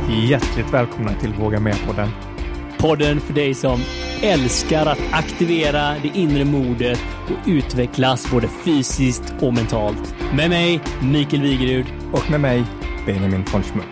Hjärtligt välkomna till Våga Med-podden. Podden för dig som älskar att aktivera det inre modet och utvecklas både fysiskt och mentalt. Med mig, Mikael Wigerud. Och med mig, Benjamin von Schmuck.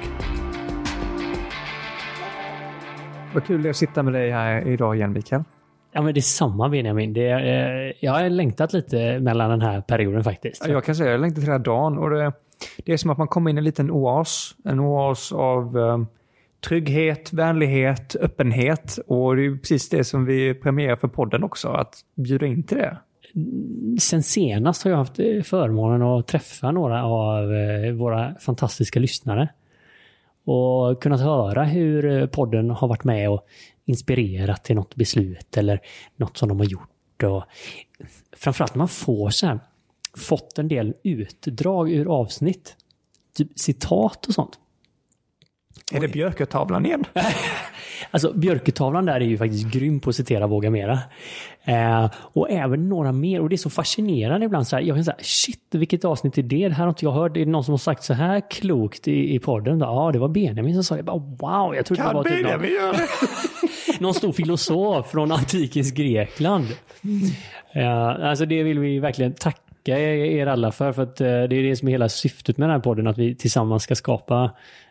Vad kul det är att sitta med dig här idag igen, Mikael. Ja, men det är samma, Benjamin. Jag har längtat lite mellan den här perioden faktiskt. Ja, jag kan säga att jag längtat hela dagen. Och det är som att man kommer in i en liten oas. En oas av trygghet, vänlighet, öppenhet. Och det är precis det som vi premierar för podden också. Att bjuda in till det. Sen senast har jag haft förmånen att träffa några av våra fantastiska lyssnare. Och kunnat höra hur podden har varit med och inspirerat till något beslut eller något som de har gjort. Och framförallt när man får så här, fått en del utdrag ur avsnitt. Typ citat och sånt. Är det Björkötavlan igen? Alltså Björkötavlan där är ju faktiskt grym på att citera Våga Mera. Och även några mer. Och det är så fascinerande ibland så här. Jag kan säga, shit, vilket avsnitt är det? Det här har inte jag hört. Det är någon som har sagt så här klokt i podden. Ja, det var Benjamin som sa det. Wow, jag trodde det var typ Benjamin göra det? någon stor filosof från antikens Grekland. Alltså det vill vi verkligen tacka er alla för att det är det som är hela syftet med den här podden, att vi tillsammans ska skapa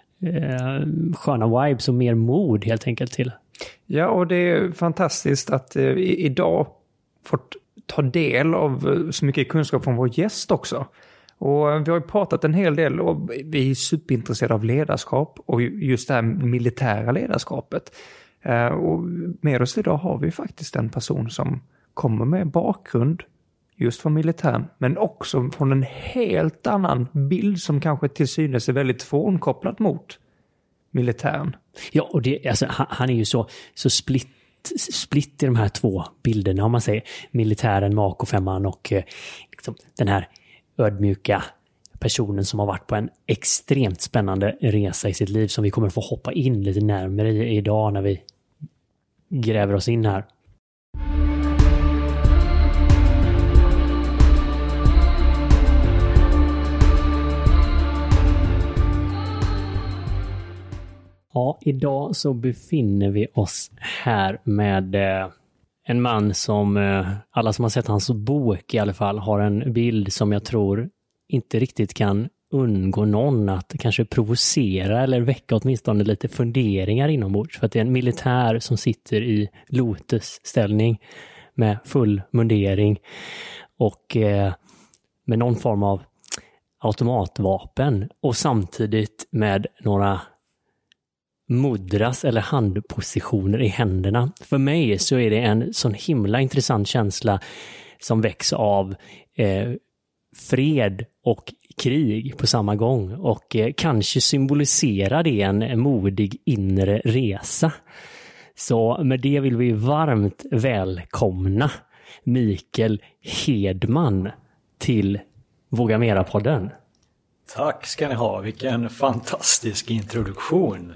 sköna vibes och mer mod helt enkelt till. Ja, och det är fantastiskt att idag fått ta del av så mycket kunskap från vår gäst också. Och vi har ju pratat en hel del och vi är superintresserade av ledarskap och just det här militära ledarskapet. Och med oss idag har vi faktiskt en person som kommer med bakgrund just från militären, men också från en helt annan bild som kanske till synes är väldigt frånkopplad mot militären. Ja, och det, alltså, han är ju så split i de här två bilderna, om man säger militären med AK5 och liksom, den här ödmjuka personen som har varit på en extremt spännande resa i sitt liv som vi kommer få hoppa in lite närmare i idag när vi gräver oss in här. Ja, idag så befinner vi oss här med en man som alla som har sett hans bok i alla fall har en bild som jag tror inte riktigt kan undgå någon att kanske provocera eller väcka åtminstone lite funderingar inombords. För att det är en militär som sitter i lotusställning med full mundering och med någon form av automatvapen och samtidigt med några mudras eller handpositioner i händerna. För mig så är det en sån himla intressant känsla som väcks av fred och krig på samma gång och kanske symboliserar det en modig inre resa. Så med det vill vi varmt välkomna Mikael Hedman till Våga Mera-podden. Tack ska ni ha, vilken fantastisk introduktion.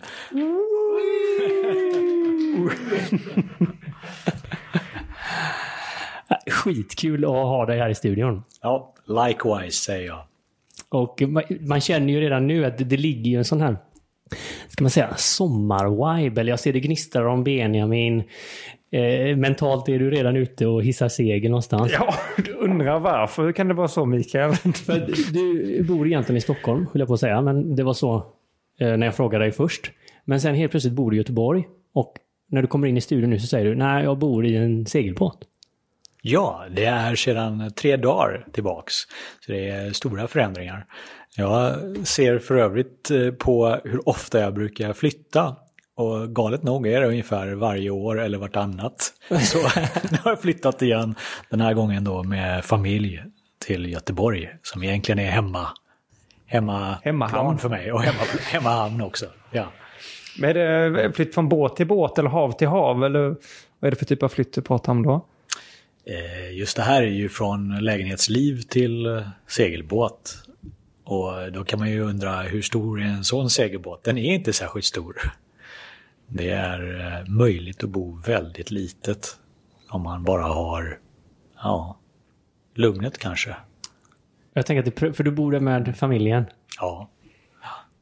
Skitkul att ha dig här i studion. Ja, likewise säger jag. Och man känner ju redan nu att det ligger ju en sån här, ska man säga, sommarvibe. Eller jag ser det gnistrar om Benjamin. Mentalt är du redan ute och hissar segel någonstans. Ja, du undrar varför. Hur kan det vara så, Mikael? För du bor egentligen i Stockholm, skulle jag på att säga. Men det var så när jag frågade dig först. Men sen helt plötsligt bor du i Göteborg. Och när du kommer in i studion nu så säger du, nej, jag bor i en segelbåt. Ja, det är sedan 3 dagar tillbaks. Så det är stora förändringar. Jag ser för övrigt på hur ofta jag brukar flytta. Och galet nog är det ungefär varje år eller vartannat. Så nu har jag flyttat igen den här gången då med familj till Göteborg. Som egentligen är hemmaplan för mig och hemmahamn också. Ja. Men är det flytt från båt till båt eller hav till hav? Eller vad är det för typ av flytt du pratar om då? Just det här är ju från lägenhetsliv till segelbåt. Och då kan man ju undra hur stor är en sån segelbåt? Den är inte särskilt stor. Det är möjligt att bo väldigt litet om man bara har lugnet kanske. Jag tänker att för du bor där med familjen. Ja.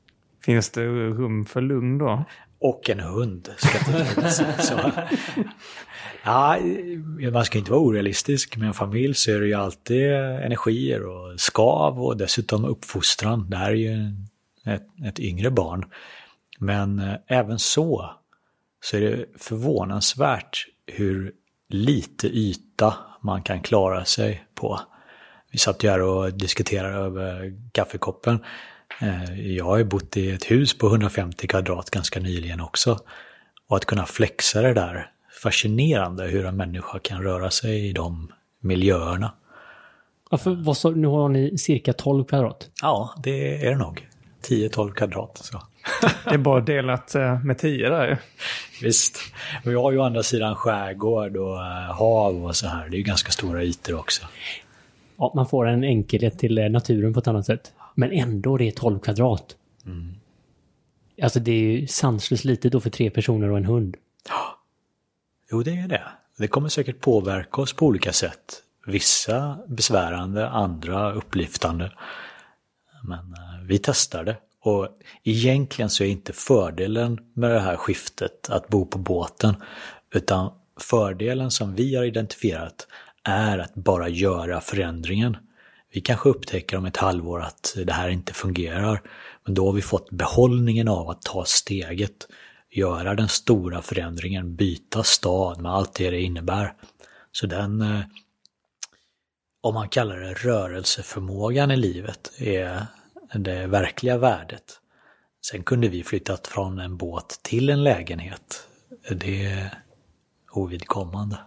Finns det rum för lugn då? Och en hund. Ska så. Ja, man ska inte vara orealistisk. Med en familj så är det ju alltid energier och skav och dessutom uppfostran. Det här är ju ett yngre barn. Men även så är det förvånansvärt hur lite yta man kan klara sig på. Vi satt ju här och diskuterade över kaffekoppen. Jag har ju bott i ett hus på 150 kvadrat ganska nyligen också. Och att kunna flexa det där, fascinerande hur en människa kan röra sig i de miljöerna. Ja, för nu har ni cirka 12 kvadrat? Ja, det är det nog. 10-12 kvadrat. Så. Det är bara delat med 10 där. Visst. Och jag har ju å andra sidan skärgård och hav och så här. Det är ju ganska stora ytor också. Ja, man får en enkelhet till naturen på ett annat sätt. Men ändå det är 12 kvadrat. Mm. Alltså det är ju sanslöst lite då för 3 personer och en hund. Ja. Jo, det är det. Det kommer säkert påverka oss på olika sätt. Vissa besvärande, andra upplyftande. Men vi testar det. Och egentligen så är inte fördelen med det här skiftet att bo på båten. Utan fördelen som vi har identifierat är att bara göra förändringen. Vi kanske upptäcker om ett halvår att det här inte fungerar. Men då har vi fått behållningen av att ta steget. Göra den stora förändringen, byta stad med allt det innebär. Så den, om man kallar det rörelseförmågan i livet, är det verkliga värdet. Sen kunde vi flyttat från en båt till en lägenhet. Det är ovidkommande.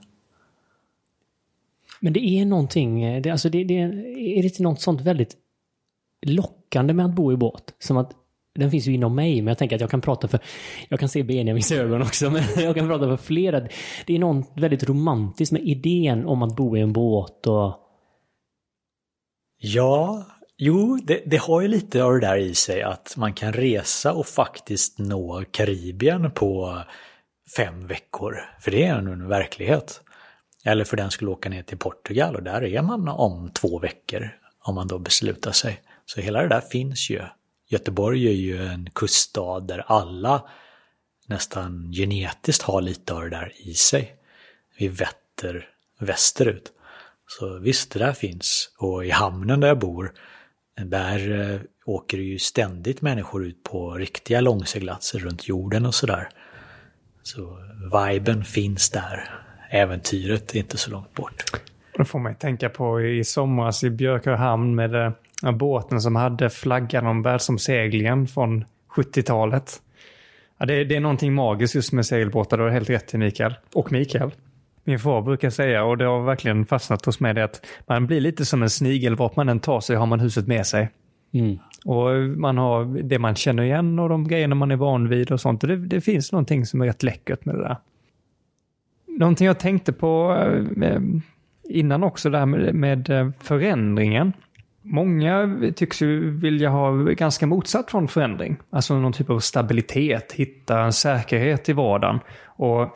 Men det är någonting, är det inte något sånt väldigt lockande med att bo i båt? Som att, den finns ju inom mig, men jag tänker att jag kan se Benjamins ögon också, men jag kan prata för flera. Det är något väldigt romantiskt med idén om att bo i en båt och... Ja, det har ju lite av det där i sig att man kan resa och faktiskt nå Karibien på 5 veckor. För det är en verklighet. Eller för den skulle åka ner till Portugal och där är man om 2 veckor om man då beslutar sig. Så hela det där finns ju. Göteborg är ju en kuststad där alla nästan genetiskt har lite av det där i sig. Vi vetter västerut. Så visst, det där finns. Och i hamnen där jag bor, där åker ju ständigt människor ut på riktiga långseglatser runt jorden och sådär. Så viben finns där. Äventyret är inte så långt bort. Det får man tänka på i somras i Björköhamn med båten som hade flaggan om världsomseglingen från 70-talet. Ja, det är någonting magiskt just med segelbåtar, det är helt rätt till Mikael. Och Mikael. Min far brukar säga, och det har verkligen fastnat hos mig, det att man blir lite som en snigel. Vart man än tar sig har man huset med sig. Mm. Och man har det man känner igen och de grejerna man är van vid och sånt. Och det finns någonting som är rätt läckert med det där. Någonting jag tänkte på innan också där med förändringen. Många tycks ju vilja ha ganska motsatt från förändring. Alltså någon typ av stabilitet, hitta en säkerhet i vardagen. Och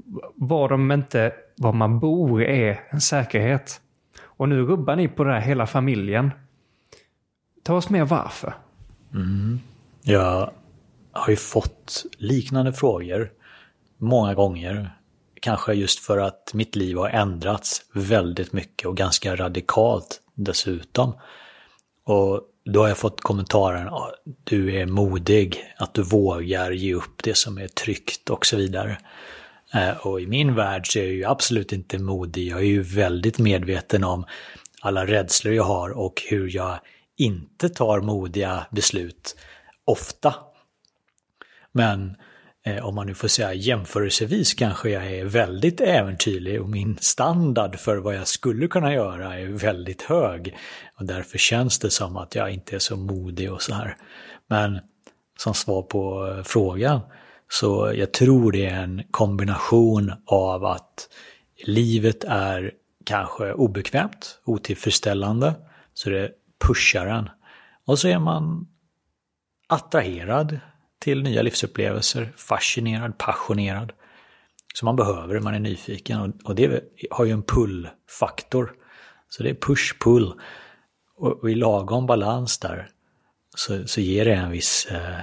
var man bor är en säkerhet. Och nu rubbar ni på det här hela familjen. Ta oss med varför. Jag har ju fått liknande frågor många gånger. Kanske just för att mitt liv har ändrats väldigt mycket och ganska radikalt dessutom. Och då har jag fått kommentaren att du är modig, att du vågar ge upp det som är tryggt och så vidare. Och i min värld så är jag ju absolut inte modig. Jag är ju väldigt medveten om alla rädslor jag har och hur jag inte tar modiga beslut ofta. Men om man nu får säga jämförelsevis kanske jag är väldigt äventyrlig och min standard för vad jag skulle kunna göra är väldigt hög. Och därför känns det som att jag inte är så modig och så här. Men som svar på frågan, så jag tror det är en kombination av att livet är kanske obekvämt, otillfredsställande, så det pushar en. Och så är man attraherad till nya livsupplevelser, fascinerad, passionerad. Så man behöver det, man är nyfiken. Och det har ju en pull-faktor. Så det är push-pull. Och i lagom balans där så ger det en viss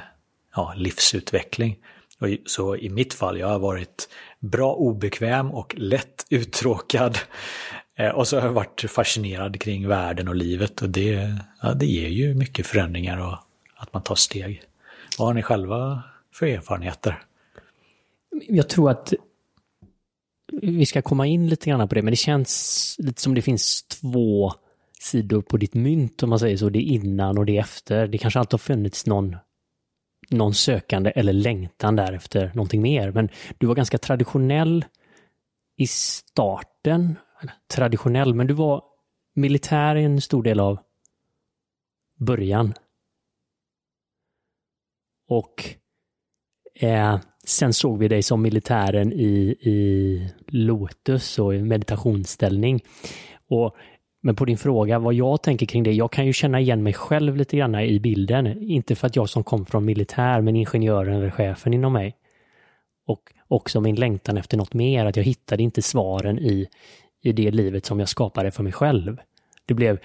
livsutveckling. Och så i mitt fall, jag har varit bra obekväm och lätt uttråkad. Och så har jag varit fascinerad kring världen och livet. Och det ger ju mycket förändringar och att man tar steg. Vad har ni själva för erfarenheter? Jag tror att vi ska komma in lite grann på det, men det känns lite som det finns två sidor på ditt mynt, om man säger så. Det är innan och det är efter. Det kanske alltid har funnits någon sökande eller längtan där efter någonting mer. Men du var ganska traditionell i starten. Traditionell, men du var militär i en stor del av början. Och sen såg vi dig som militären i Lotus och i meditationsställning. Men på din fråga vad jag tänker kring det, jag kan ju känna igen mig själv lite grann i bilden. Inte för att jag som kom från militär, men ingenjören eller chefen inom mig. Och också min längtan efter något mer, att jag hittade inte svaren i det livet som jag skapade för mig själv. Det blev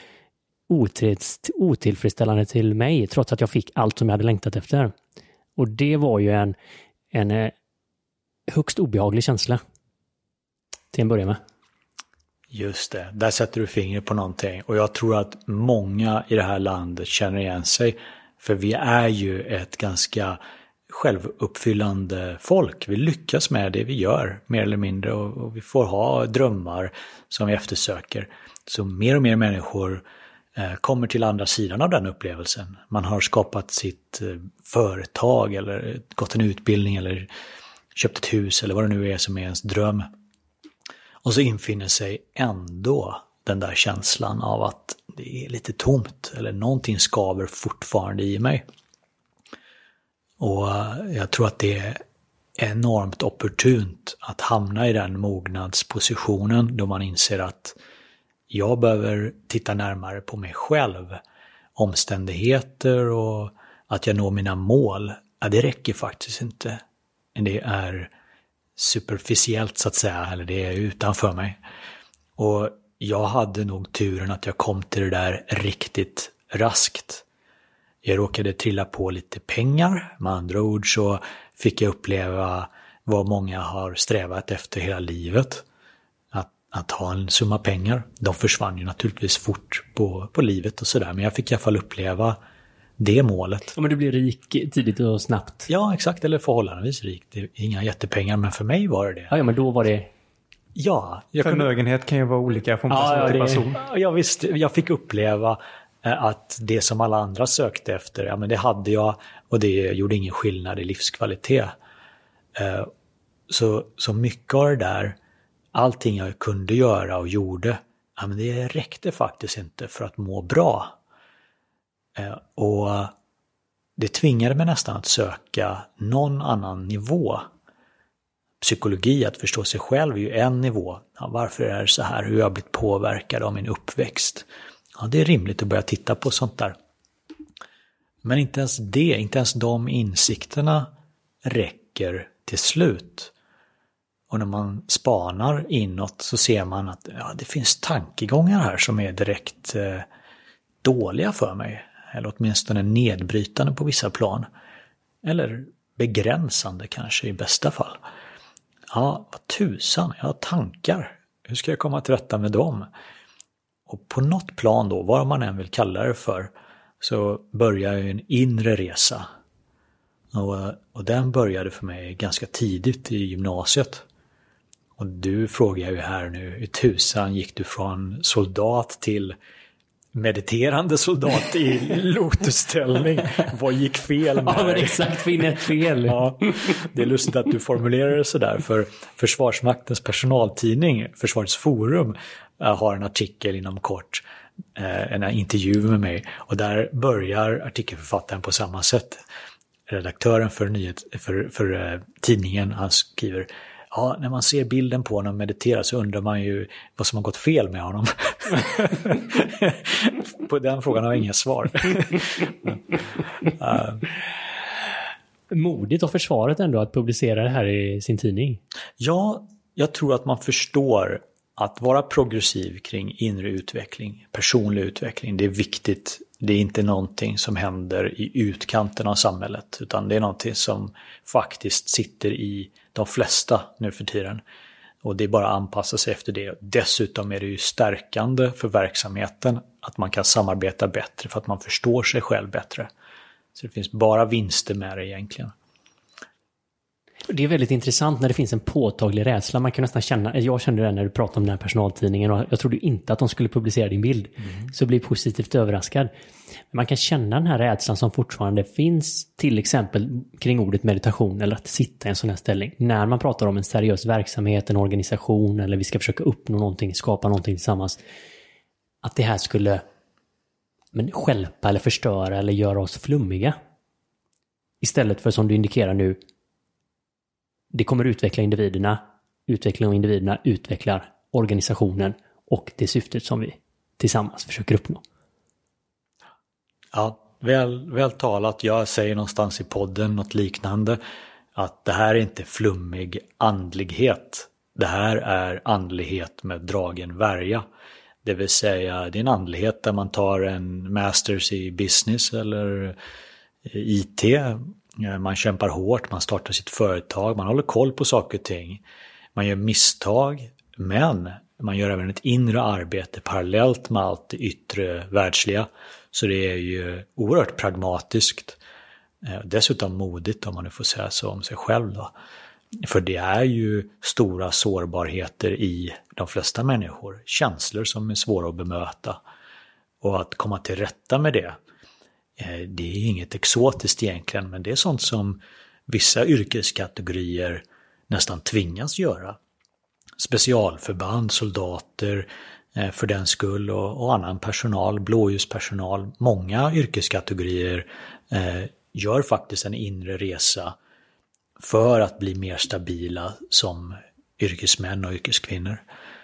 otillfredsställande till mig, trots att jag fick allt som jag hade längtat efter. Och det var ju en högst obehaglig känsla till en början med. Just det, där sätter du fingret på någonting. Och jag tror att många i det här landet känner igen sig. För vi är ju ett ganska självuppfyllande folk. Vi lyckas med det vi gör, mer eller mindre. Och vi får ha drömmar som vi eftersöker. Så mer och mer människor kommer till andra sidan av den upplevelsen. Man har skapat sitt företag eller gått en utbildning eller köpt ett hus eller vad det nu är som är ens dröm. Och så infinner sig ändå den där känslan av att det är lite tomt eller någonting skaver fortfarande i mig. Och jag tror att det är enormt opportunt att hamna i den mognadspositionen då man inser att jag behöver titta närmare på mig själv, omständigheter och att jag når mina mål. Ja, det räcker faktiskt inte. Det är superficiellt så att säga, eller det är utanför mig. Och jag hade nog turen att jag kom till det där riktigt raskt. Jag råkade trilla på lite pengar, med andra ord så fick jag uppleva vad många har strävat efter hela livet. Att ha en summa pengar. De försvann ju naturligtvis fort på livet och sådär, men jag fick i alla fall uppleva det målet. Ja, men du blir rik tidigt och snabbt. Ja, exakt, eller förhållandevis rik. Det är inga jättepengar, men för mig var det. Ja, men då var det... Ja. Förmögenhet kan ju vara olika från person till person. Ja, visst. Jag fick uppleva att det som alla andra sökte efter, ja men det hade jag och det gjorde ingen skillnad i livskvalitet. Så mycket av det där, allting jag kunde göra och gjorde, ja men det räckte faktiskt inte för att må bra. Och det tvingade mig nästan att söka någon annan nivå. Psykologi, att förstå sig själv är ju en nivå. Ja, varför är det så här? Hur har jag blivit påverkad av min uppväxt? Ja, det är rimligt att börja titta på sånt där. Men inte ens de insikterna räcker till slut. Och när man spanar inåt så ser man att det finns tankegångar här som är direkt dåliga för mig. Eller åtminstone nedbrytande på vissa plan. Eller begränsande kanske i bästa fall. Ja, vad tusan, jag har tankar. Hur ska jag komma till rätta med dem? Och på något plan då, vad man än vill kalla det för, så börjar ju en inre resa. Och den började för mig ganska tidigt i gymnasiet. Och du frågar ju här nu, hur tusan gick du från soldat till mediterande soldat i lotusställning? Vad gick fel med? Ja, men exakt, finna ett fel. Ja, det är lustigt att du formulerar det sådär, för Försvarsmaktens personaltidning, Försvarets forum, har en artikel inom kort, en intervju med mig, och där börjar artikelförfattaren på samma sätt. Redaktören för tidningen, han skriver: ja, när man ser bilden på honom meditera så undrar man ju vad som har gått fel med honom. På den frågan har jag inga svar. Modigt av försvaret ändå att publicera det här i sin tidning. Ja, jag tror att man förstår att vara progressiv kring inre utveckling, personlig utveckling, det är viktigt. Det är inte någonting som händer i utkanten av samhället, utan det är någonting som faktiskt sitter i de flesta nu för tiden. Och det är bara att anpassa sig efter det. Dessutom är det ju stärkande för verksamheten att man kan samarbeta bättre för att man förstår sig själv bättre. Så det finns bara vinster med det egentligen. Det är väldigt intressant när det finns en påtaglig rädsla. Man kan nästan känna, jag kände det när du pratade om den här personaltidningen och jag trodde inte att de skulle publicera din bild. Så jag blir positivt överraskad. Man kan känna den här rädslan som fortfarande finns till exempel kring ordet meditation eller att sitta i en sån här ställning. När man pratar om en seriös verksamhet, en organisation eller vi ska försöka uppnå någonting, skapa någonting tillsammans. Att det här skulle stjälpa eller förstöra eller göra oss flummiga. Istället för som du indikerar nu, det kommer utveckla individerna. Utveckling av individerna utvecklar organisationen och det syftet som vi tillsammans försöker uppnå. Ja, väl talat. Jag säger någonstans i podden något liknande. Att det här är inte flummig andlighet. Det här är andlighet med dragen värja. Det vill säga det är en andlighet där man tar en masters i business eller IT. Man kämpar hårt, man startar sitt företag, man håller koll på saker och ting. Man gör misstag, men man gör även ett inre arbete parallellt med allt det yttre världsliga. Så det är ju oerhört pragmatiskt. Dessutom modigt om man nu får säga så om sig själv då. För det är ju stora sårbarheter i de flesta människor. Känslor som är svåra att bemöta. Och att komma till rätta med det. Det är inget exotiskt egentligen, men det är sånt som vissa yrkeskategorier nästan tvingas göra. Specialförband, soldater för den skull och annan personal, blåljuspersonal. Många yrkeskategorier gör faktiskt en inre resa för att bli mer stabila som yrkesmän och yrkeskvinnor.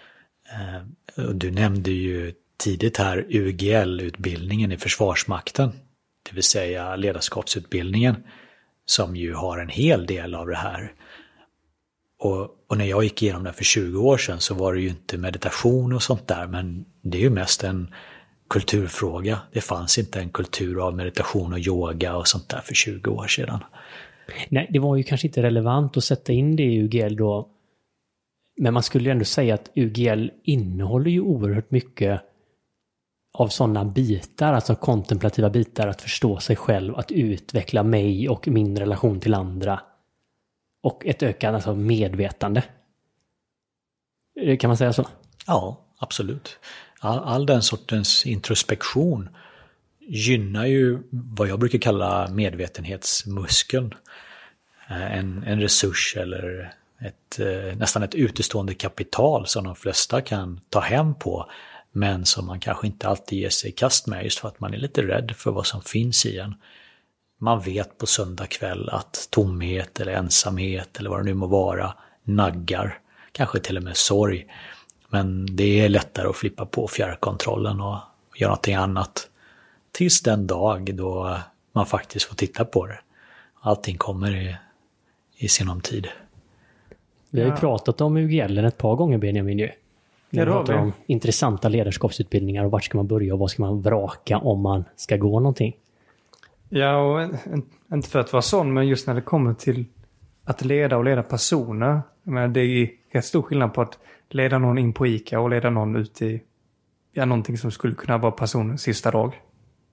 Du nämnde ju tidigt här UGL-utbildningen i Försvarsmakten. Det vill säga ledarskapsutbildningen som ju har en hel del av det här. Och när jag gick igenom det för 20 år sedan så var det ju inte meditation och sånt där, men det är ju mest en kulturfråga. Det fanns inte en kultur av meditation och yoga och sånt där för 20 år sedan. Nej, det var ju kanske inte relevant att sätta in det i UGL då. Men man skulle ju ändå säga att UGL innehåller ju oerhört mycket av sådana bitar, alltså kontemplativa bitar, att förstå sig själv, att utveckla mig och min relation till andra och ett ökat medvetande. Kan man säga så? Ja, absolut. All den sortens introspektion gynnar ju vad jag brukar kalla medvetenhetsmuskeln. En resurs eller nästan ett utestående kapital som de flesta kan ta hem på, men som man kanske inte alltid ger sig i kast med just för att man är lite rädd för vad som finns i en. Man vet på söndag kväll att tomhet eller ensamhet eller vad det nu må vara naggar, kanske till och med sorg. Men det är lättare att flippa på fjärrkontrollen och göra någonting annat. Tills den dag då man faktiskt får titta på det. Allting kommer i sinom tid. Vi har ju pratat om UGL ett par gånger, Benjamin ju. Vi pratar om intressanta ledarskapsutbildningar och vart ska man börja och vad ska man vraka om man ska gå någonting. Ja, och inte för att vara sån, men just när det kommer till att leda och leda personer. Men det är rätt stor skillnad på att leda någon in på ICA och leda någon ut i någonting som skulle kunna vara personens sista dag.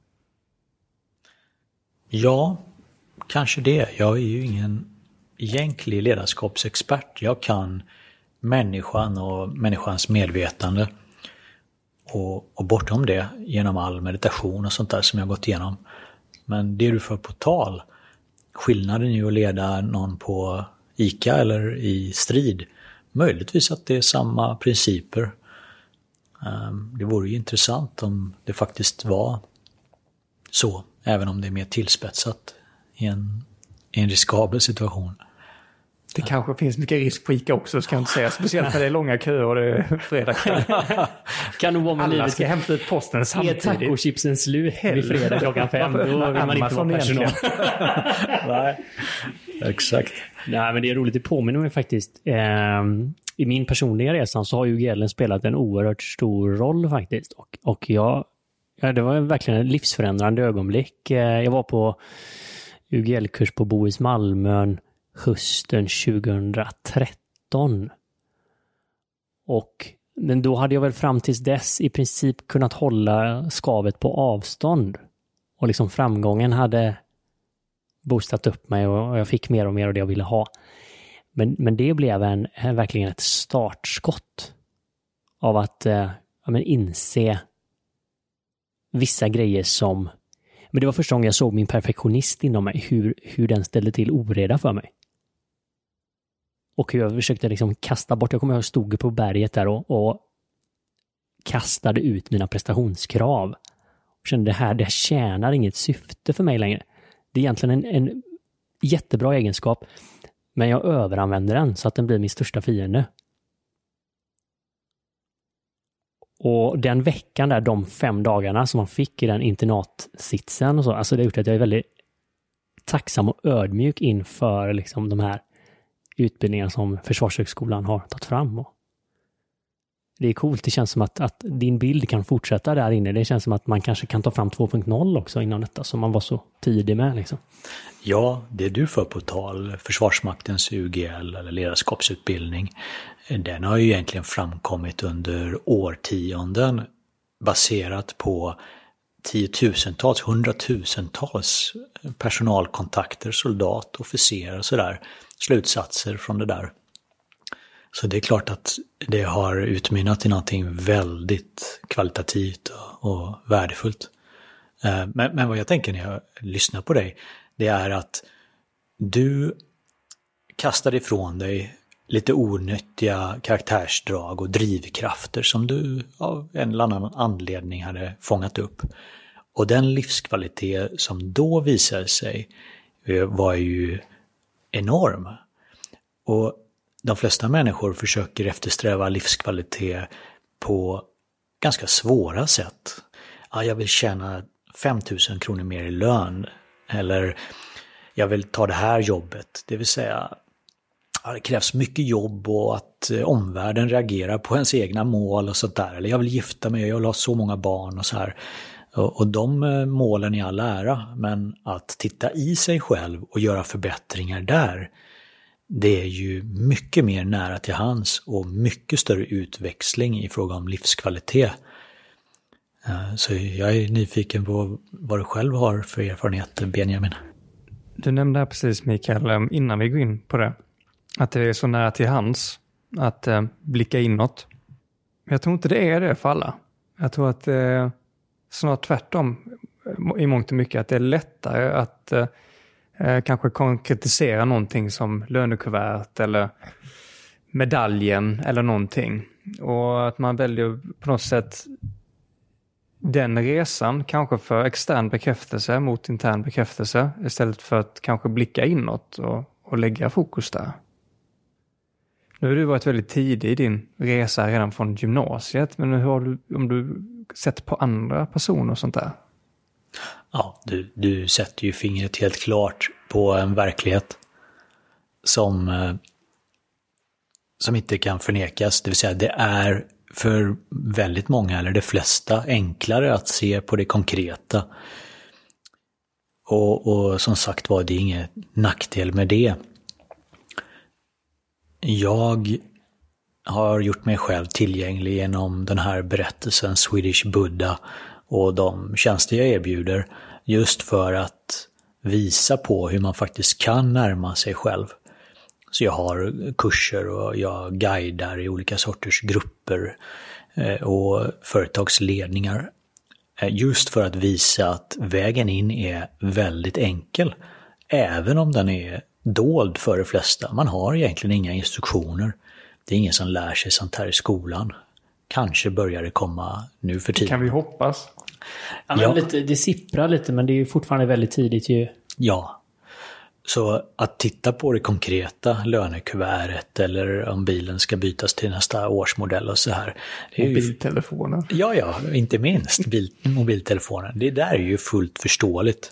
Ja, kanske det. Jag är ju ingen egentlig ledarskapsexpert. Jag kan människan och människans medvetande. Och bortom det genom all meditation och sånt där som jag gått igenom. Men det du för på tal, skillnaden är ju att leda någon på ICA eller i strid. Möjligtvis att det är samma principer. Det vore ju intressant om det faktiskt var så. Även om det är mer tillspetsat i en riskabel situation. Det kanske finns mycket risk på ICA också, ska jag inte säga. Speciellt när det är långa köer och det är fredag kväll. Kan nog vara med alla ska hämta ut posten samtidigt. Är tacochipsen slut vid fredag klockan 5? Då vill man inte vara personal. Nej, exakt. Nej, men det är roligt. Det påminner mig faktiskt. i min personliga resa så har ju UGL spelat en oerhört stor roll faktiskt. Och det var verkligen ett livsförändrande ögonblick. Jag var på UGL-kurs på Bohus Malmön hösten 2013. Men då hade jag väl fram tills dess i princip kunnat hålla skavet på avstånd. Och liksom framgången hade boostat upp mig och jag fick mer och mer av det jag ville ha. Men det blev verkligen ett startskott av att inse vissa grejer som... Men det var första gången jag såg min perfektionist inom mig, hur den ställde till oreda för mig. Och hur jag försökte liksom kasta bort, jag kommer ihåg, jag stod på berget där och kastade ut mina prestationskrav. Och kände det här tjänar inget syfte för mig längre. Det är egentligen en jättebra egenskap, men jag överanvänder den så att den blir min största fiende. Och den veckan där, de 5 dagarna som man fick i den internatsitsen och så, alltså det har gjort att jag är väldigt tacksam och ödmjuk inför liksom de här utbildningarna som Försvarshögskolan har tagit fram. Och det är coolt, det känns som att din bild kan fortsätta där inne. Det känns som att man kanske kan ta fram 2.0 också innan detta, som man var så tidig med liksom. Ja, det du för på tal, Försvarsmaktens UGL eller ledarskapsutbildning, den har ju egentligen framkommit under årtionden baserat på tiotusentals, hundratusentals personalkontakter, soldat, officerare och sådär, slutsatser från det där. Så det är klart att det har utmynnat i någonting väldigt kvalitativt och värdefullt. Men vad jag tänker när jag lyssnar på dig, det är att du kastar ifrån dig lite onyttiga karaktärsdrag och drivkrafter som du av en eller annan anledning hade fångat upp. Och den livskvalitet som då visade sig var ju enorm. Och de flesta människor försöker eftersträva livskvalitet på ganska svåra sätt. Ja, jag vill tjäna 5 000 kronor mer i lön. Eller jag vill ta det här jobbet. Det vill säga, ja, det krävs mycket jobb och att omvärlden reagerar på ens egna mål och sånt där. Eller jag vill gifta mig, jag vill ha så många barn och så här. Och de målen är all ära, men att titta i sig själv och göra förbättringar där, det är ju mycket mer nära till hands och mycket större utväxling i fråga om livskvalitet. Så jag är nyfiken på vad du själv har för erfarenheter, Benjamin. Du nämnde här precis, Mikael, innan vi går in på det, att det är så nära till hands att blicka inåt. Jag tror inte det är det för alla. Jag tror att snart tvärtom i mångt och mycket, att det är lättare att kanske konkretisera någonting som lönekuvert eller medaljen eller någonting. Och att man väljer på något sätt den resan kanske för extern bekräftelse mot intern bekräftelse istället för att kanske blicka inåt och lägga fokus där. Nu har du varit väldigt tidig i din resa redan från gymnasiet, men hur har du, om du sett på andra personer och sånt där? Ja, du sätter ju fingret helt klart på en verklighet som inte kan förnekas. Det vill säga, det är för väldigt många, eller de flesta, enklare att se på det konkreta. Och som sagt var, det är ingen nackdel med det. Jag har gjort mig själv tillgänglig genom den här berättelsen Swedish Buddha och de tjänster jag erbjuder, just för att visa på hur man faktiskt kan närma sig själv. Så jag har kurser och jag guidar i olika sorters grupper och företagsledningar, just för att visa att vägen in är väldigt enkel, även om den är dold för de flesta. Man har egentligen inga instruktioner. Det är ingen som lär sig sånt här i skolan. Kanske börjar det komma nu för tiden. Kan vi hoppas? Ja, men lite, det sipprar lite, men det är ju fortfarande väldigt tidigt ju. Ja, så att titta på det konkreta lönekuvertet eller om bilen ska bytas till nästa årsmodell och så här. Det är mobiltelefonen. Ja, inte minst mobiltelefonen. Det där är ju fullt förståeligt.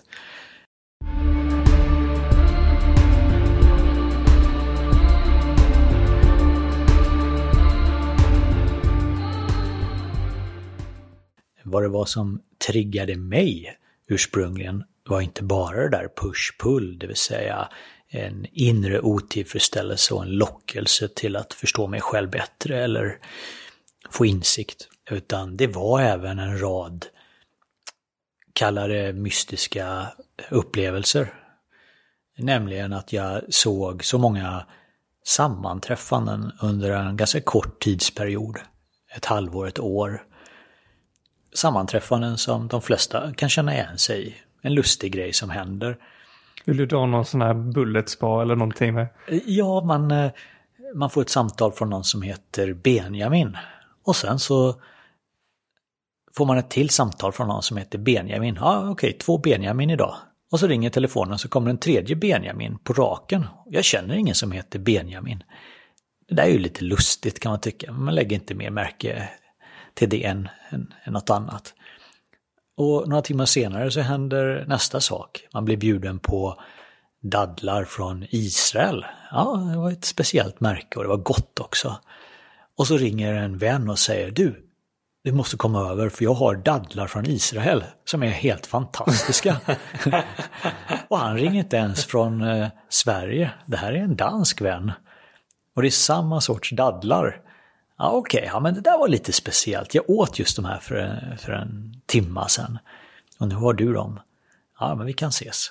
vad det var som triggade mig ursprungligen var inte bara det där push-pull, det vill säga en inre otillfredsställelse och en lockelse till att förstå mig själv bättre eller få insikt. Utan det var även en rad, kallade mystiska upplevelser. Nämligen att jag såg så många sammanträffanden under en ganska kort tidsperiod. Ett halvår, ett år. Sammanträffanden som de flesta kan känna igen sig i. En lustig grej som händer. Vill du dra någon sån här bullet spa eller någonting med? Ja, man får ett samtal från någon som heter Benjamin. Och sen så får man ett till samtal från någon som heter Benjamin. Ja, okej, 2 Benjamin idag. Och så ringer telefonen så kommer en tredje Benjamin på raken. Jag känner ingen som heter Benjamin. Det där är ju lite lustigt kan man tycka. Man lägger inte mer märke till det än något annat. Och några timmar senare så händer nästa sak. Man blir bjuden på dadlar från Israel. Ja, det var ett speciellt märke och det var gott också. Och så ringer en vän och säger du måste komma över för jag har dadlar från Israel som är helt fantastiska. Och han ringer inte ens från Sverige. Det här är en dansk vän. Och det är samma sorts dadlar. Ja, okej, men det där var lite speciellt. Jag åt just de här för en timma sedan. Och nu har du dem. Ja, men vi kan ses.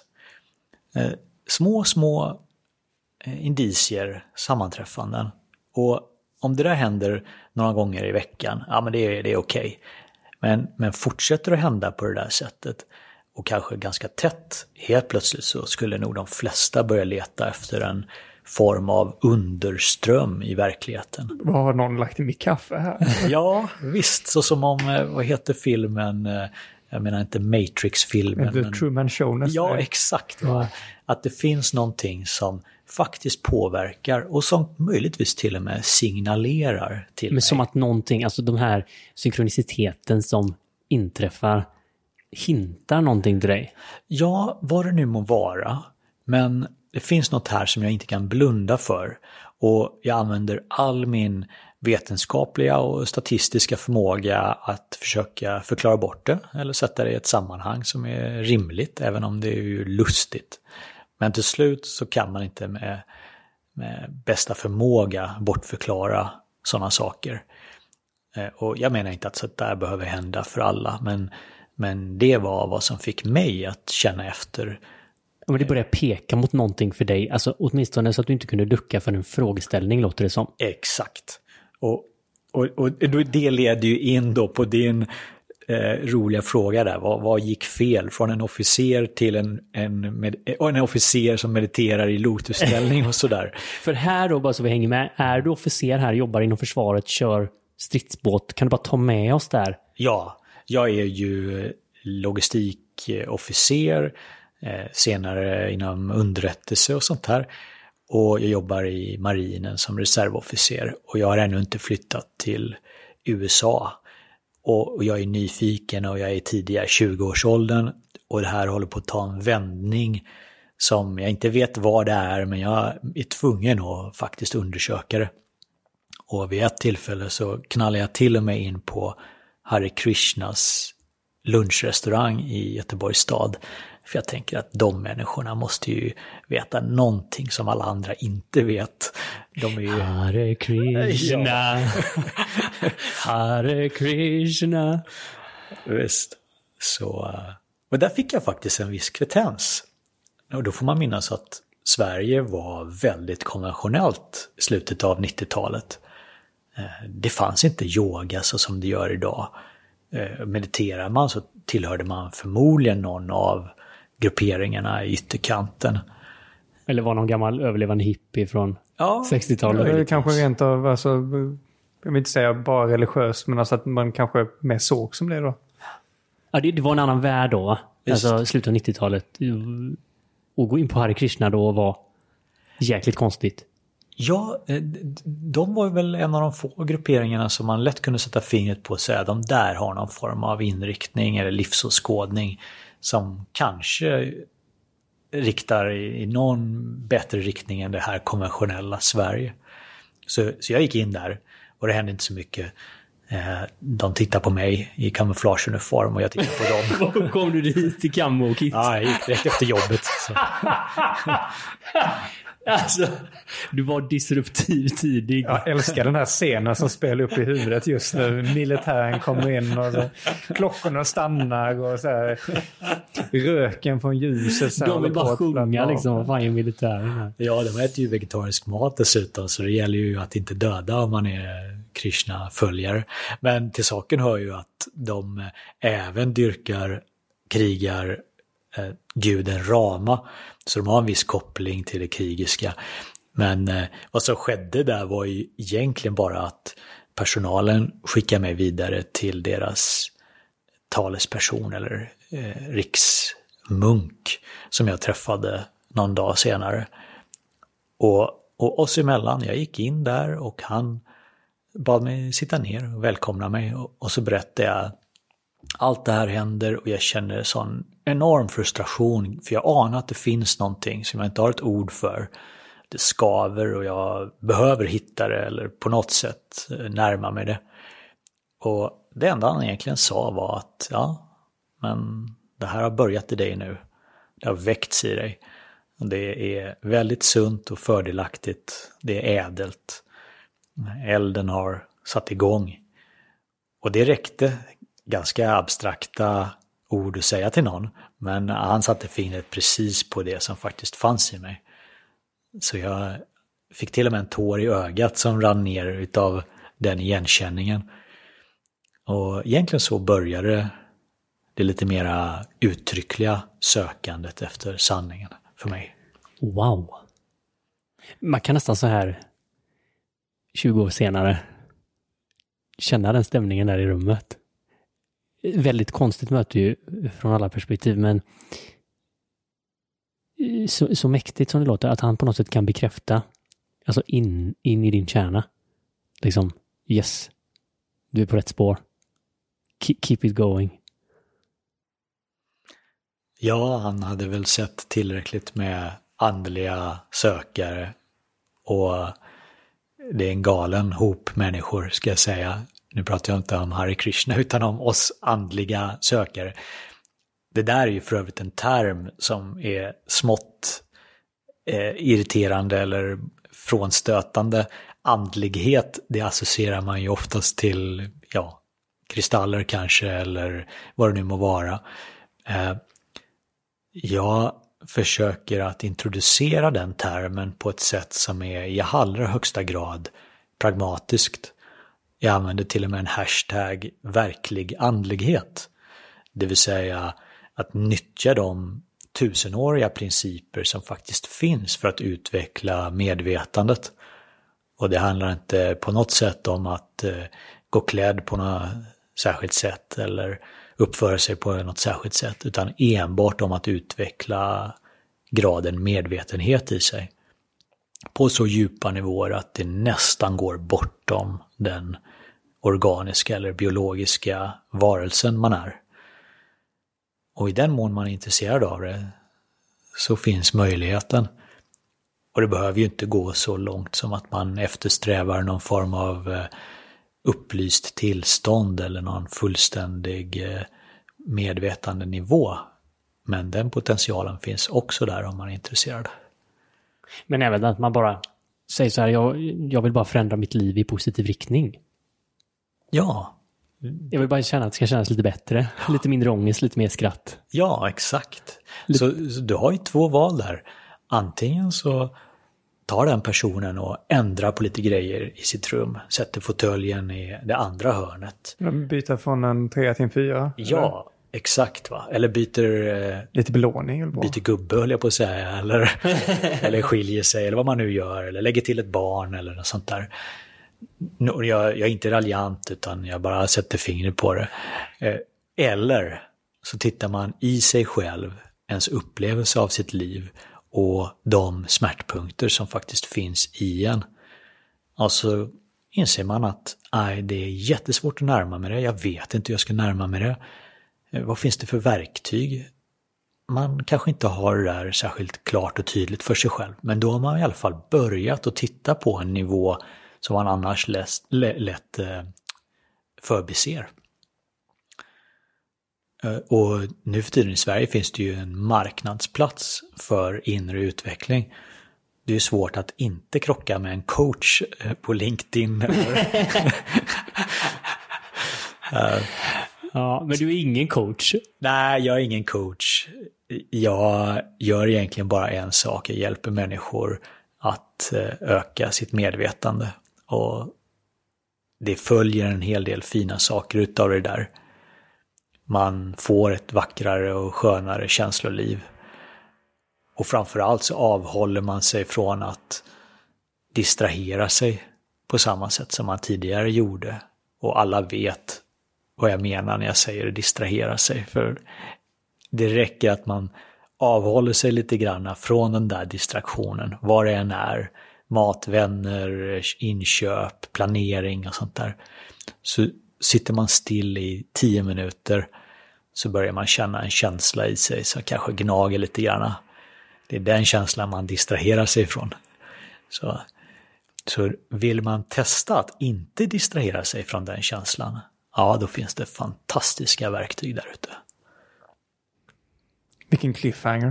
Små indicier, sammanträffanden. Och om det där händer några gånger i veckan, ja men det är okej. Men fortsätter det hända på det där sättet och kanske ganska tätt, helt plötsligt så skulle nog de flesta börja leta efter en form av underström i verkligheten. Vad har någon lagt i mitt kaffe här? Ja, visst. Så som om, vad heter filmen? Jag menar inte Matrix-filmen. The Truman Show nästan. Ja, exakt. Ja. Att det finns någonting som faktiskt påverkar och som möjligtvis till och med signalerar till mig. Som att någonting, alltså de här synkroniciteten som inträffar hintar någonting till dig. Ja, vad det nu må vara. Men det finns något här som jag inte kan blunda för. Och jag använder all min vetenskapliga och statistiska förmåga att försöka förklara bort det. Eller sätta det i ett sammanhang som är rimligt, även om det är ju lustigt. Men till slut så kan man inte med bästa förmåga bortförklara sådana saker. Och jag menar inte att så där behöver hända för alla. Men det var vad som fick mig att känna efter. Men det började peka mot någonting för dig. Alltså åtminstone så att du inte kunde ducka för en frågeställning, låter det som. Exakt. Och det leder ju in då på din roliga fråga där. Vad gick fel från en officer till en officer som mediterar i lotusställning och sådär. För här då, bara så vi hänger med, är du officer här, jobbar inom försvaret, kör stridsbåt, kan du bara ta med oss där? Ja, jag är ju logistikofficer, senare inom underrättelse och sånt här. Och jag jobbar i marinen som reservofficer och jag har ännu inte flyttat till USA. Och jag är nyfiken och jag är tidiga 20-årsåldern och det här håller på att ta en vändning som jag inte vet vad det är, men jag är tvungen att faktiskt undersöka det. Och vid ett tillfälle så knallar jag till och med in på Hare Krishnas lunchrestaurang i Göteborgs stad. För jag tänker att de människorna måste ju veta någonting som alla andra inte vet. De är ju... Hare Krishna, ja. Hare Krishna. Visst. Så, och där fick jag faktiskt en viss kretens. Och då får man minnas att Sverige var väldigt konventionellt i slutet av 90-talet. Det fanns inte yoga så som det gör idag. Mediterar man så tillhörde man förmodligen någon av grupperingarna i ytterkanten. Eller var någon gammal överlevande hippie från 60-talet. Det kanske rent av, alltså, jag vill inte säga bara religiöst, men alltså att man kanske mer såg som det då. Ja, det var en annan värld då. Just. Alltså slutet av 90-talet. Och gå in på Hare Krishna då var jäkligt konstigt. Ja, de var väl en av de få grupperingarna som man lätt kunde sätta fingret på och säga de där har någon form av inriktning eller livsåskådning som kanske riktar i någon bättre riktning än det här konventionella Sverige. Så jag gick in där och det hände inte så mycket. De tittar på mig i kamouflageuniform och jag tittar på dem. Kom du dit i camo och kit? Ja, jag gick direkt efter jobbet. Så. Alltså, du var disruptiv tidig. Jag älskar den här scenen som spelar upp i huvudet just när militären kommer in och så, klockorna stannar och så här, röken från ljuset. Så de vill bara sjunga liksom, vad fan är militären här? Ja, de äter ju vegetarisk mat dessutom, så det gäller ju att inte döda om man är Krishna-följare. Men till saken hör ju att de även krigar guden Rama. Så de har en viss koppling till det krigiska. Men vad som skedde där var ju egentligen bara att personalen skickade mig vidare till deras talesperson eller riksmunk som jag träffade någon dag senare. Och oss emellan, jag gick in där och han bad mig sitta ner och välkomna mig. Och så berättade jag allt det här händer och jag känner sån enorm frustration för jag anar att det finns någonting som jag inte har ett ord för. Det skaver och jag behöver hitta det eller på något sätt närma mig det. Och det enda han egentligen sa var att ja, men det här har börjat i dig nu. Det har väckts i dig. Det är väldigt sunt och fördelaktigt. Det är ädelt. Elden har satt igång. Och det räckte. Ganska abstrakta ord att säga till någon. Men han satte fingret precis på det som faktiskt fanns i mig. Så jag fick till och med en tår i ögat som rann ner utav den igenkänningen. Och egentligen så började det lite mera uttryckliga sökandet efter sanningen för mig. Wow. Man kan nästan så här 20 år senare känna den stämningen där i rummet. Väldigt konstigt möte ju från alla perspektiv, men så mäktigt som det låter att han på något sätt kan bekräfta alltså in i din kärna. Liksom, yes, du är på rätt spår. Keep it going. Ja, han hade väl sett tillräckligt med andliga sökare och det är en galen hop människor ska jag säga. Nu pratar jag inte om Hare Krishna utan om oss andliga sökare. Det där är ju för övrigt en term som är smått irriterande eller frånstötande. Andlighet, det associerar man ju oftast till kristaller kanske eller vad det nu må vara. Jag försöker att introducera den termen på ett sätt som är i allra högsta grad pragmatiskt. Jag använder till och med en hashtag verklig andlighet. Det vill säga att nyttja de tusenåriga principer som faktiskt finns för att utveckla medvetandet. Och det handlar inte på något sätt om att gå klädd på något särskilt sätt eller uppföra sig på något särskilt sätt, utan enbart om att utveckla graden medvetenhet i sig. På så djupa nivåer att det nästan går bortom den organiska eller biologiska varelsen man är. Och i den mån man är intresserad av det så finns möjligheten. Och det behöver ju inte gå så långt som att man eftersträvar någon form av upplyst tillstånd eller någon fullständig medvetandenivå. Men den potentialen finns också där om man är intresserad. Men även att man bara säger så här, jag vill bara förändra mitt liv i positiv riktning. Ja. Jag vill bara känna att det ska kännas lite bättre. Lite mindre ångest, lite mer skratt. Ja, exakt. Så du har ju två val där. Antingen så tar den personen och ändrar på lite grejer i sitt rum. Sätter fåtöljen i det andra hörnet. Byta från en 3 till en 4? Ja, exakt va. Eller byter... lite belåning eller byter gubbe höll jag på att säga. Eller skiljer sig eller vad man nu gör. Eller lägger till ett barn eller något sånt där. Jag är inte raljant utan jag bara sätter fingret på det. Eller så tittar man i sig själv, ens upplevelse av sitt liv och de smärtpunkter som faktiskt finns i en. Och så inser man att det är jättesvårt att närma mig det. Jag vet inte hur jag ska närma mig det. Vad finns det för verktyg? Man kanske inte har det där särskilt klart och tydligt för sig själv. Men då har man i alla fall börjat att titta på en nivå som man annars lätt förbiser. Och nu för tiden i Sverige finns det ju en marknadsplats för inre utveckling. Det är svårt att inte krocka med en coach på LinkedIn. Ja, men du är ingen coach. Nej, jag är ingen coach. Jag gör egentligen bara en sak. Jag hjälper människor att öka sitt medvetande. Och det följer en hel del fina saker utav det där. Man får ett vackrare och skönare känsloliv. Och framförallt så avhåller man sig från att distrahera sig på samma sätt som man tidigare gjorde. Och alla vet vad jag menar när jag säger distrahera sig. För det räcker att man avhåller sig lite grann från den där distraktionen. Vad det än är. Mat, vänner, inköp, planering och sånt där. Så sitter man still i 10 minuter så börjar man känna en känsla i sig som kanske gnager lite grann. Det är den känslan man distraherar sig ifrån. Så vill man testa att inte distrahera sig från den känslan, ja, då finns det fantastiska verktyg där ute. Vilken cliffhanger.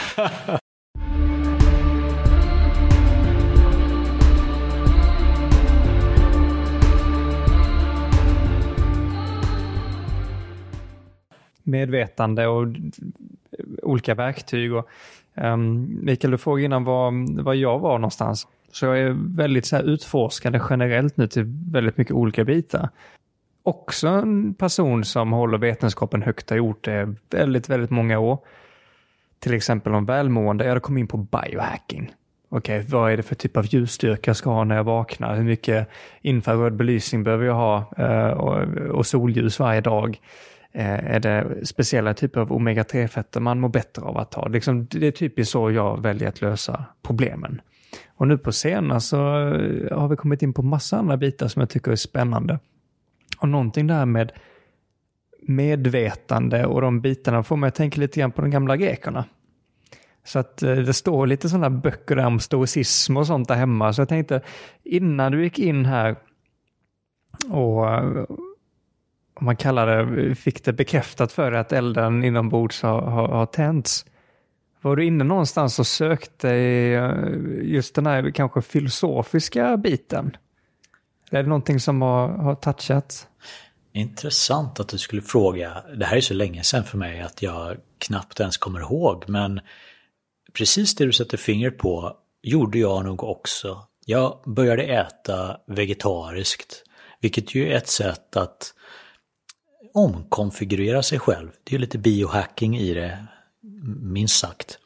Medvetande och olika verktyg. Och, Mikael, du frågade innan var jag var någonstans. Så jag är väldigt så här utforskande generellt nu till väldigt mycket olika bitar. Också en person som håller vetenskapen högt har gjort det väldigt, väldigt många år. Till exempel om välmående. Jag hade kommit in på biohacking. Okej, vad är det för typ av ljusstyrka jag ska ha när jag vaknar? Hur mycket infraröd belysning behöver jag ha? Och solljus varje dag? Är det speciella typer av omega-3-fetter man mår bättre av att ta? Liksom, det är typiskt så jag väljer att lösa problemen. Och nu på scenen så har vi kommit in på massa andra bitar som jag tycker är spännande. Och någonting där med medvetande och de bitarna får mig att tänka lite grann på de gamla grekerna. Så att det står lite sådana böcker där om stoicism och sånt där hemma. Så jag tänkte, innan du gick in här och om man kallar det, fick det bekräftat för dig att elden inombords har tänts. Var du inne någonstans och sökte just den här kanske filosofiska biten? Är det någonting som har touchat? Intressant att du skulle fråga. Det här är så länge sedan för mig att jag knappt ens kommer ihåg. Men precis det du sätter fingret på gjorde jag nog också. Jag började äta vegetariskt. Vilket ju är ett sätt att omkonfigurera sig själv. Det är ju lite biohacking i det, minst sagt.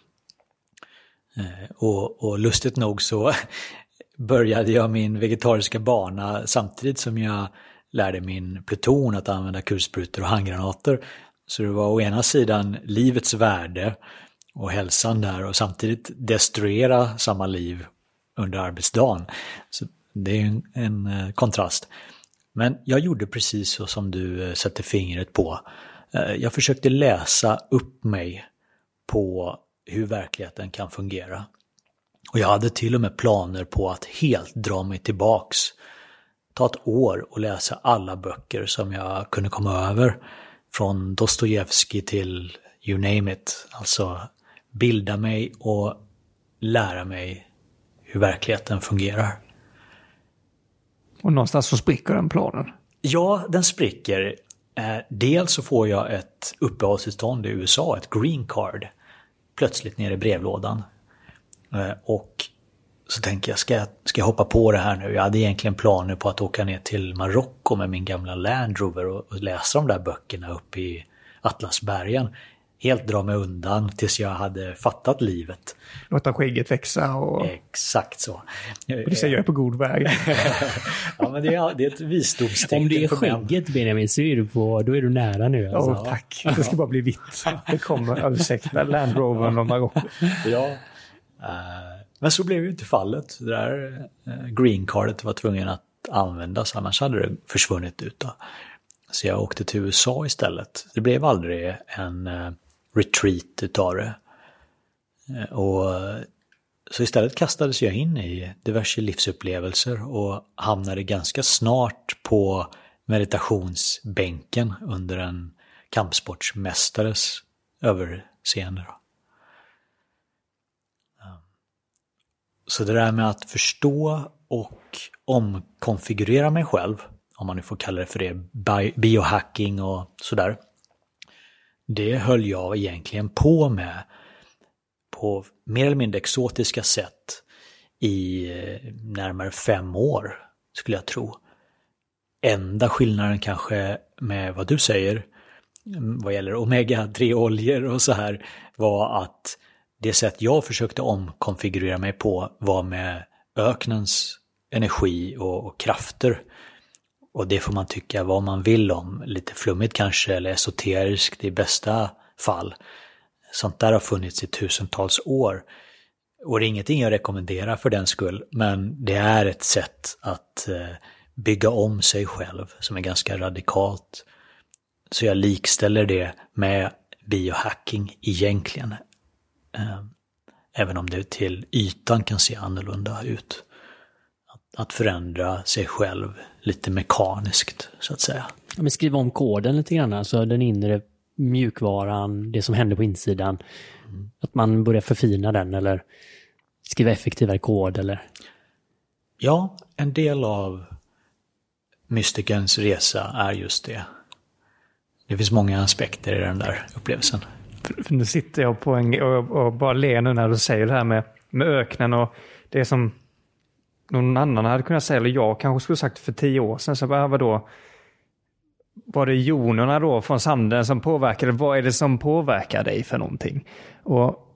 Och lustigt nog så började jag min vegetariska bana samtidigt som jag lärde min pluton att använda kulsprutor och handgranater. Så det var å ena sidan livets värde och hälsan där och samtidigt destruera samma liv under arbetsdagen. Så det är en kontrast. Men jag gjorde precis så som du sätter fingret på. Jag försökte läsa upp mig på hur verkligheten kan fungera. Och jag hade till och med planer på att helt dra mig tillbaks. Ta ett år och läsa alla böcker som jag kunde komma över. Från Dostojevskij till you name it. Alltså bilda mig och lära mig hur verkligheten fungerar. Och någonstans så spricker den planen. Ja, den spricker. Dels så får jag ett uppehållstillstånd i USA, ett green card. Plötsligt ner i brevlådan. Och så tänker jag, ska jag hoppa på det här nu? Jag hade egentligen planer på att åka ner till Marocko med min gamla Land Rover och läsa de där böckerna uppe i Atlasbergen. Helt dra mig undan tills jag hade fattat livet. Låta skägget växa och... Exakt så. Och det säger jag är på god väg. Ja, men det är ett visdomstecken. Om det är skägget Benjamin syr på, då är du nära nu. Alltså. Tack. Det ska bara bli vitt. Det kommer, ursäkta, Land Rover och Marocko. Ja. Men så blev ju inte fallet. Det där green cardet var tvungen att användas, annars hade det försvunnit ut då. Så jag åkte till USA istället. Det blev aldrig en retreat utav det. Och så istället kastades jag in i diverse livsupplevelser och hamnade ganska snart på meditationsbänken under en kampsportsmästares överseende. Så det där med att förstå och omkonfigurera mig själv, om man nu får kalla det för det, biohacking och sådär. Det höll jag egentligen på med på mer eller mindre exotiska sätt i närmare 5 år, skulle jag tro. Enda skillnaden kanske med vad du säger vad gäller omega-3-oljor och så här var att det sätt jag försökte omkonfigurera mig på var med öknens energi och krafter. Och det får man tycka vad man vill om. Lite flummigt kanske eller esoteriskt i bästa fall. Sånt där har funnits i tusentals år. Och det är ingenting jag rekommenderar för den skull. Men det är ett sätt att bygga om sig själv som är ganska radikalt. Så jag likställer det med biohacking egentligen. Även om det till ytan kan se annorlunda ut. Att förändra sig själv lite mekaniskt så att säga. Men skriva om koden lite grann, alltså den inre mjukvaran, det som händer på insidan. Att man börjar förfina den eller skriva effektivare kod eller? Ja, en del av mystikerns resa är just det. Det finns många aspekter i den där upplevelsen. För nu sitter jag på och bara ler nu när du säger det här med öknen och det som någon annan hade kunnat säga, eller jag kanske skulle sagt för 10 år sedan, så bara, vadå? Var det jonerna då från sanden som påverkade? Vad är det som påverkar dig för någonting? Och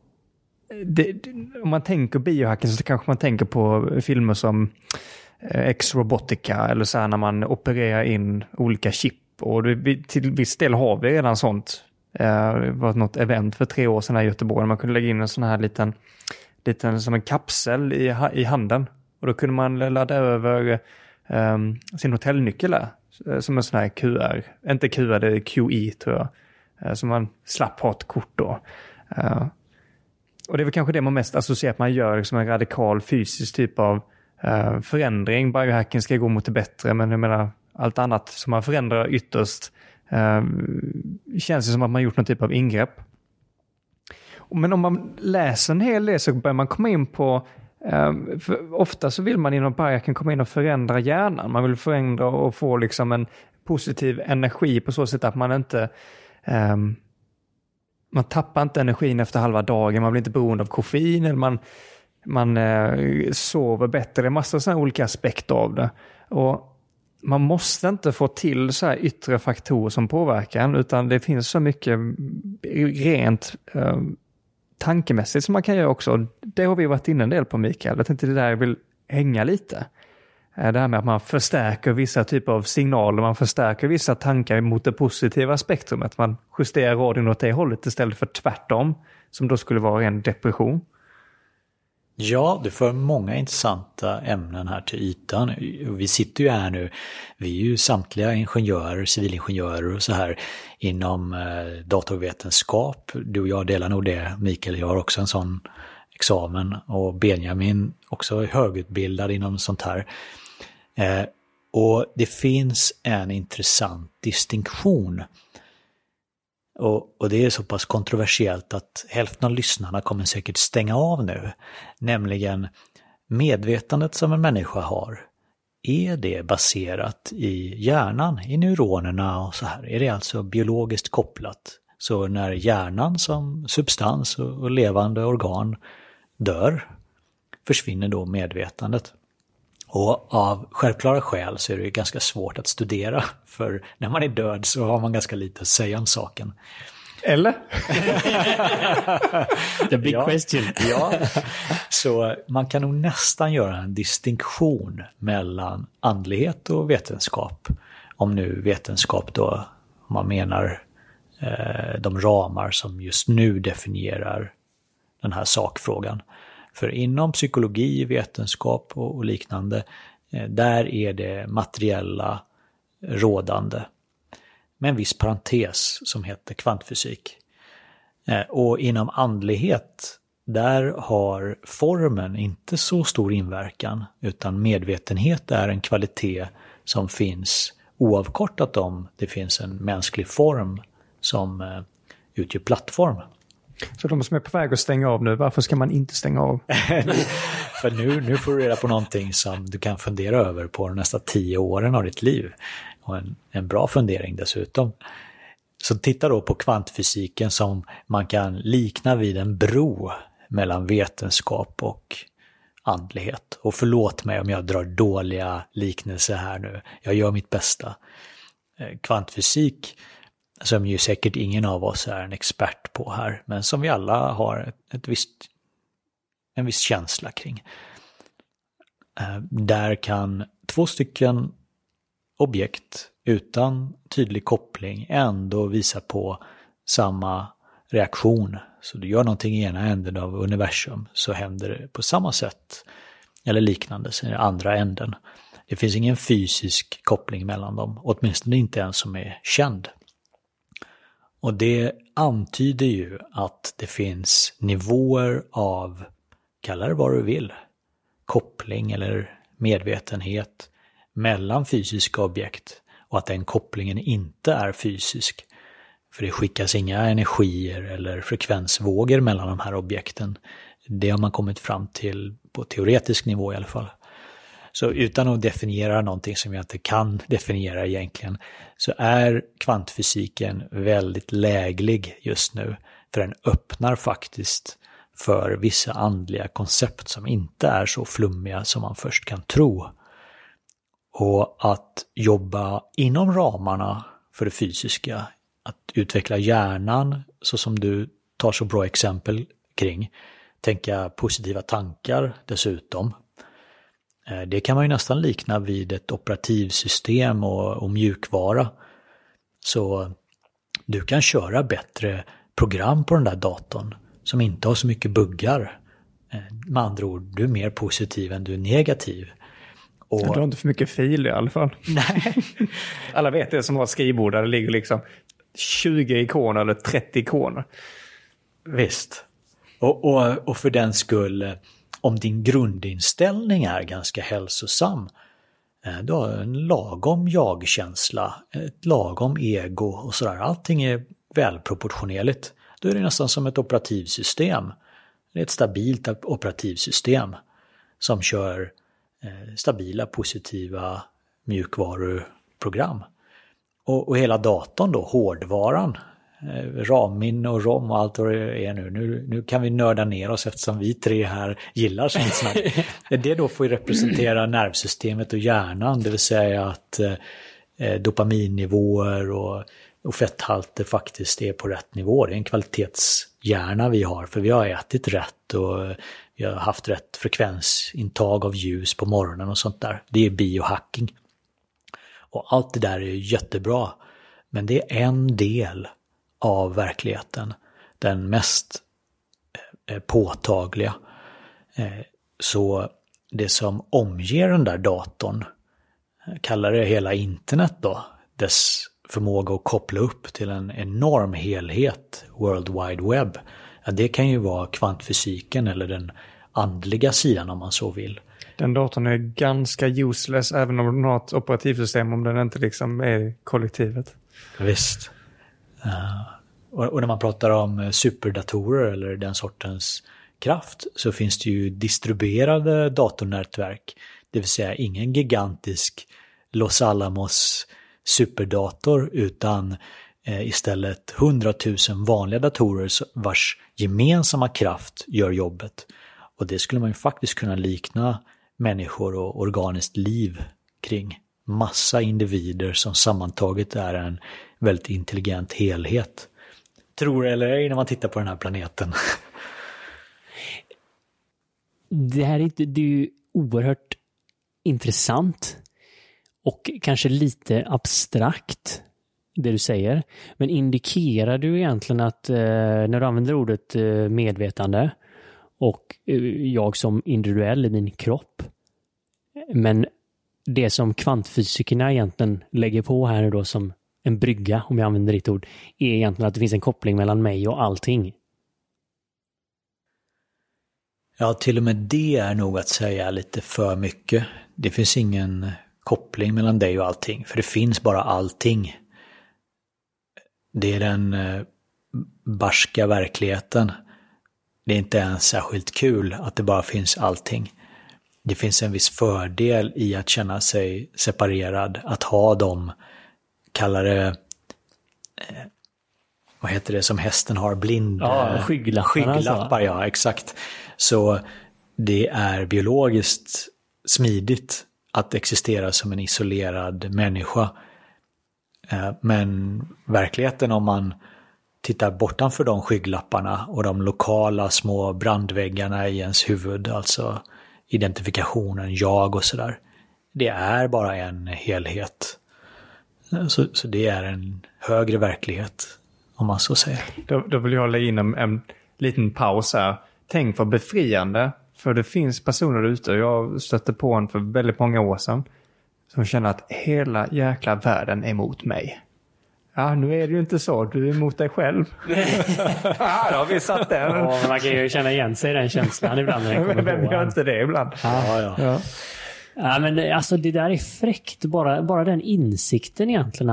om man tänker biohacking så kanske man tänker på filmer som X-Robotica eller så här när man opererar in olika chip. Och till viss del har vi redan sånt. Det var något event för 3 år sedan i Göteborg där man kunde lägga in en sån här liten som en kapsel i handen. Och då kunde man ladda över sin hotellnyckel där. Som en sån här QR. Inte QR, det är QI tror jag. Så man slapp ha ett kort då. Och det är väl kanske det man mest associerar att man gör som en radikal fysisk typ av förändring. Biohacking ska gå mot det bättre, men jag menar allt annat som man förändrar ytterst känns det som att man gjort någon typ av ingrepp. Men om man läser en hel del så börjar man komma in på för ofta så vill man inom biohacking komma in och förändra hjärnan. Man vill förändra och få liksom en positiv energi på så sätt att man inte man tappar inte energin efter halva dagen, man blir inte beroende av koffein eller man sover bättre. Det är massor av sådana olika aspekter av det. Och man måste inte få till så här yttre faktorer som påverkar en, utan det finns så mycket rent tankemässigt som man kan göra också. Det har vi varit inne en del på, Mikael. Jag tänkte det där vill hänga lite. Det här med att man förstärker vissa typer av signaler, man förstärker vissa tankar mot det positiva spektrumet. Man justerar radion åt det hållet istället för tvärtom, som då skulle vara en depression. Ja, det för många intressanta ämnen här till ytan. Vi sitter ju här nu, vi är ju samtliga ingenjörer, civilingenjörer och så här inom datorvetenskap. Du och jag delar nog det, Mikael, jag har också en sån examen och Benjamin också högutbildad inom sånt här. Och det finns en intressant distinktion. Och det är så pass kontroversiellt att hälften av lyssnarna kommer säkert stänga av nu. Nämligen medvetandet som en människa har. Är det baserat i hjärnan, i neuronerna och så här? Är det alltså biologiskt kopplat? Så när hjärnan som substans och levande organ dör försvinner då medvetandet. Och av självklara skäl så är det ganska svårt att studera, för när man är död så har man ganska lite att säga om saken. Eller? The big question. Ja, så man kan nog nästan göra en distinktion mellan andlighet och vetenskap. Om nu vetenskap då, man menar de ramar som just nu definierar den här sakfrågan. För inom psykologi, vetenskap och liknande, där är det materiella rådande. Med en viss parentes som heter kvantfysik. Och inom andlighet, där har formen inte så stor inverkan, utan medvetenhet är en kvalitet som finns oavkortat om det finns en mänsklig form som utgör plattform. Så de som är på väg att stänga av nu, varför ska man inte stänga av? För nu får du reda på någonting som du kan fundera över på de nästa 10 åren av ditt liv. Och en bra fundering dessutom. Så titta då på kvantfysiken som man kan likna vid en bro mellan vetenskap och andlighet. Och förlåt mig om jag drar dåliga liknelser här nu. Jag gör mitt bästa. Kvantfysik, som ju säkert ingen av oss är en expert på här, men som vi alla har en viss känsla kring. Där kan 2 stycken objekt utan tydlig koppling ändå visa på samma reaktion. Så du gör någonting i ena änden av universum så händer det på samma sätt eller liknande i andra änden. Det finns ingen fysisk koppling mellan dem, åtminstone inte en som är känd. Och det antyder ju att det finns nivåer av, kalla det vad du vill, koppling eller medvetenhet mellan fysiska objekt och att den kopplingen inte är fysisk. För det skickas inga energier eller frekvensvågor mellan de här objekten. Det har man kommit fram till på teoretisk nivå i alla fall. Så utan att definiera någonting som jag inte kan definiera egentligen så är kvantfysiken väldigt läglig just nu. För den öppnar faktiskt för vissa andliga koncept som inte är så flummiga som man först kan tro. Och att jobba inom ramarna för det fysiska, att utveckla hjärnan så som du tar så bra exempel kring, tänka positiva tankar dessutom. Det kan man ju nästan likna vid ett operativsystem och mjukvara. Så du kan köra bättre program på den där datorn som inte har så mycket buggar. Med andra ord, du är mer positiv än du är negativ. Och... Du har inte för mycket fil i alla fall. Nej. Alla vet det som har skrivbord där det ligger liksom 20 ikoner eller 30 ikoner. Visst. Och för den skull, om din grundinställning är ganska hälsosam, du har en lagom jag-känsla, ett lagom ego och sådär. Allting är välproportionerligt. Då är det nästan som ett operativsystem. Det är ett stabilt operativsystem som kör stabila, positiva mjukvaruprogram. Och hela datorn då, hårdvaran, RAM-minne och ROM och allt vad det är nu kan vi nörda ner oss eftersom vi 3 här gillar sånt snack. Det då får ju representera nervsystemet och hjärnan, det vill säga att dopaminnivåer och fetthalter faktiskt är på rätt nivå. Det är en kvalitetshjärna vi har, för vi har ätit rätt och vi har haft rätt frekvensintag av ljus på morgonen och sånt där. Det är biohacking. Och allt det där är jättebra, men det är en del av verkligheten, den mest påtagliga. Så det som omger den där datorn, kallar det hela internet då, dess förmåga att koppla upp till en enorm helhet, World Wide Web, ja, det kan ju vara kvantfysiken eller den andliga sidan om man så vill. Den datorn är ganska useless även om den har ett operativsystem, om den inte liksom är kollektivet. Visst. Och när man pratar om superdatorer eller den sortens kraft så finns det ju distribuerade datornätverk. Det vill säga ingen gigantisk Los Alamos superdator utan istället 100 000 vanliga datorer vars gemensamma kraft gör jobbet. Och det skulle man ju faktiskt kunna likna människor och organiskt liv kring. Massa individer som sammantaget är en väldigt intelligent helhet. Tror eller ej när man tittar på den här planeten. Det är ju oerhört intressant och kanske lite abstrakt det du säger. Men indikerar du egentligen att när du använder ordet medvetande och jag som individuell i min kropp, men det som kvantfysikerna egentligen lägger på här då som en brygga, om jag använder ditt ord, är egentligen att det finns en koppling mellan mig och allting. Ja, till och med det är nog att säga lite för mycket. Det finns ingen koppling mellan dig och allting. För det finns bara allting. Det är den barska verkligheten. Det är inte ens särskilt kul att det bara finns allting. Det finns en viss fördel i att känna sig separerad. Att ha de kallare... vad heter det som hästen har? Skygglappar, ja, exakt. Så det är biologiskt smidigt att existera som en isolerad människa. Men verkligheten, om man tittar bortanför de skygglapparna och de lokala små brandväggarna i ens huvud, alltså identifikationen, jag och sådär, det är bara en helhet. Så det är en högre verklighet, om man så säger. Då vill jag lägga in en liten paus här. Tänk vad befriande, för det finns personer ute, jag stötte på en för väldigt många år sedan, som känner att hela jäkla världen är emot mig. Ja, nu är det ju inte så. Du är emot dig själv. Ja, då har vi satt den. Ja, man kan ju känna igen sig i den känslan ibland. När den kommer vem gör inte det ibland? Ja. Ja, men alltså det där är fräckt. Bara den insikten egentligen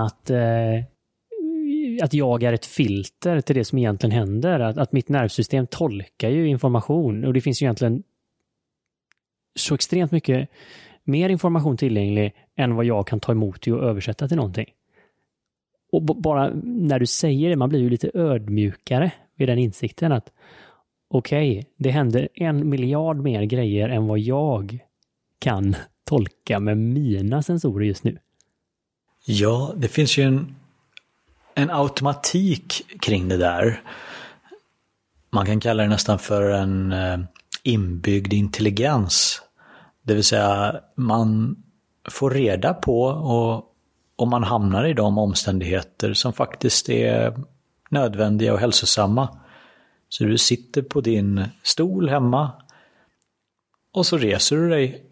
att jag är ett filter till det som egentligen händer. Att mitt nervsystem tolkar ju information. Och det finns ju egentligen så extremt mycket mer information tillgänglig än vad jag kan ta emot och översätta till någonting. Och bara när du säger det, man blir ju lite ödmjukare vid den insikten att okej, det händer 1 miljard mer grejer än vad jag kan tolka med mina sensorer just nu. Ja, det finns ju en automatik kring det där. Man kan kalla det nästan för en inbyggd intelligens. Det vill säga man får reda på och om man hamnar i de omständigheter som faktiskt är nödvändiga och hälsosamma. Så du sitter på din stol hemma och så reser du dig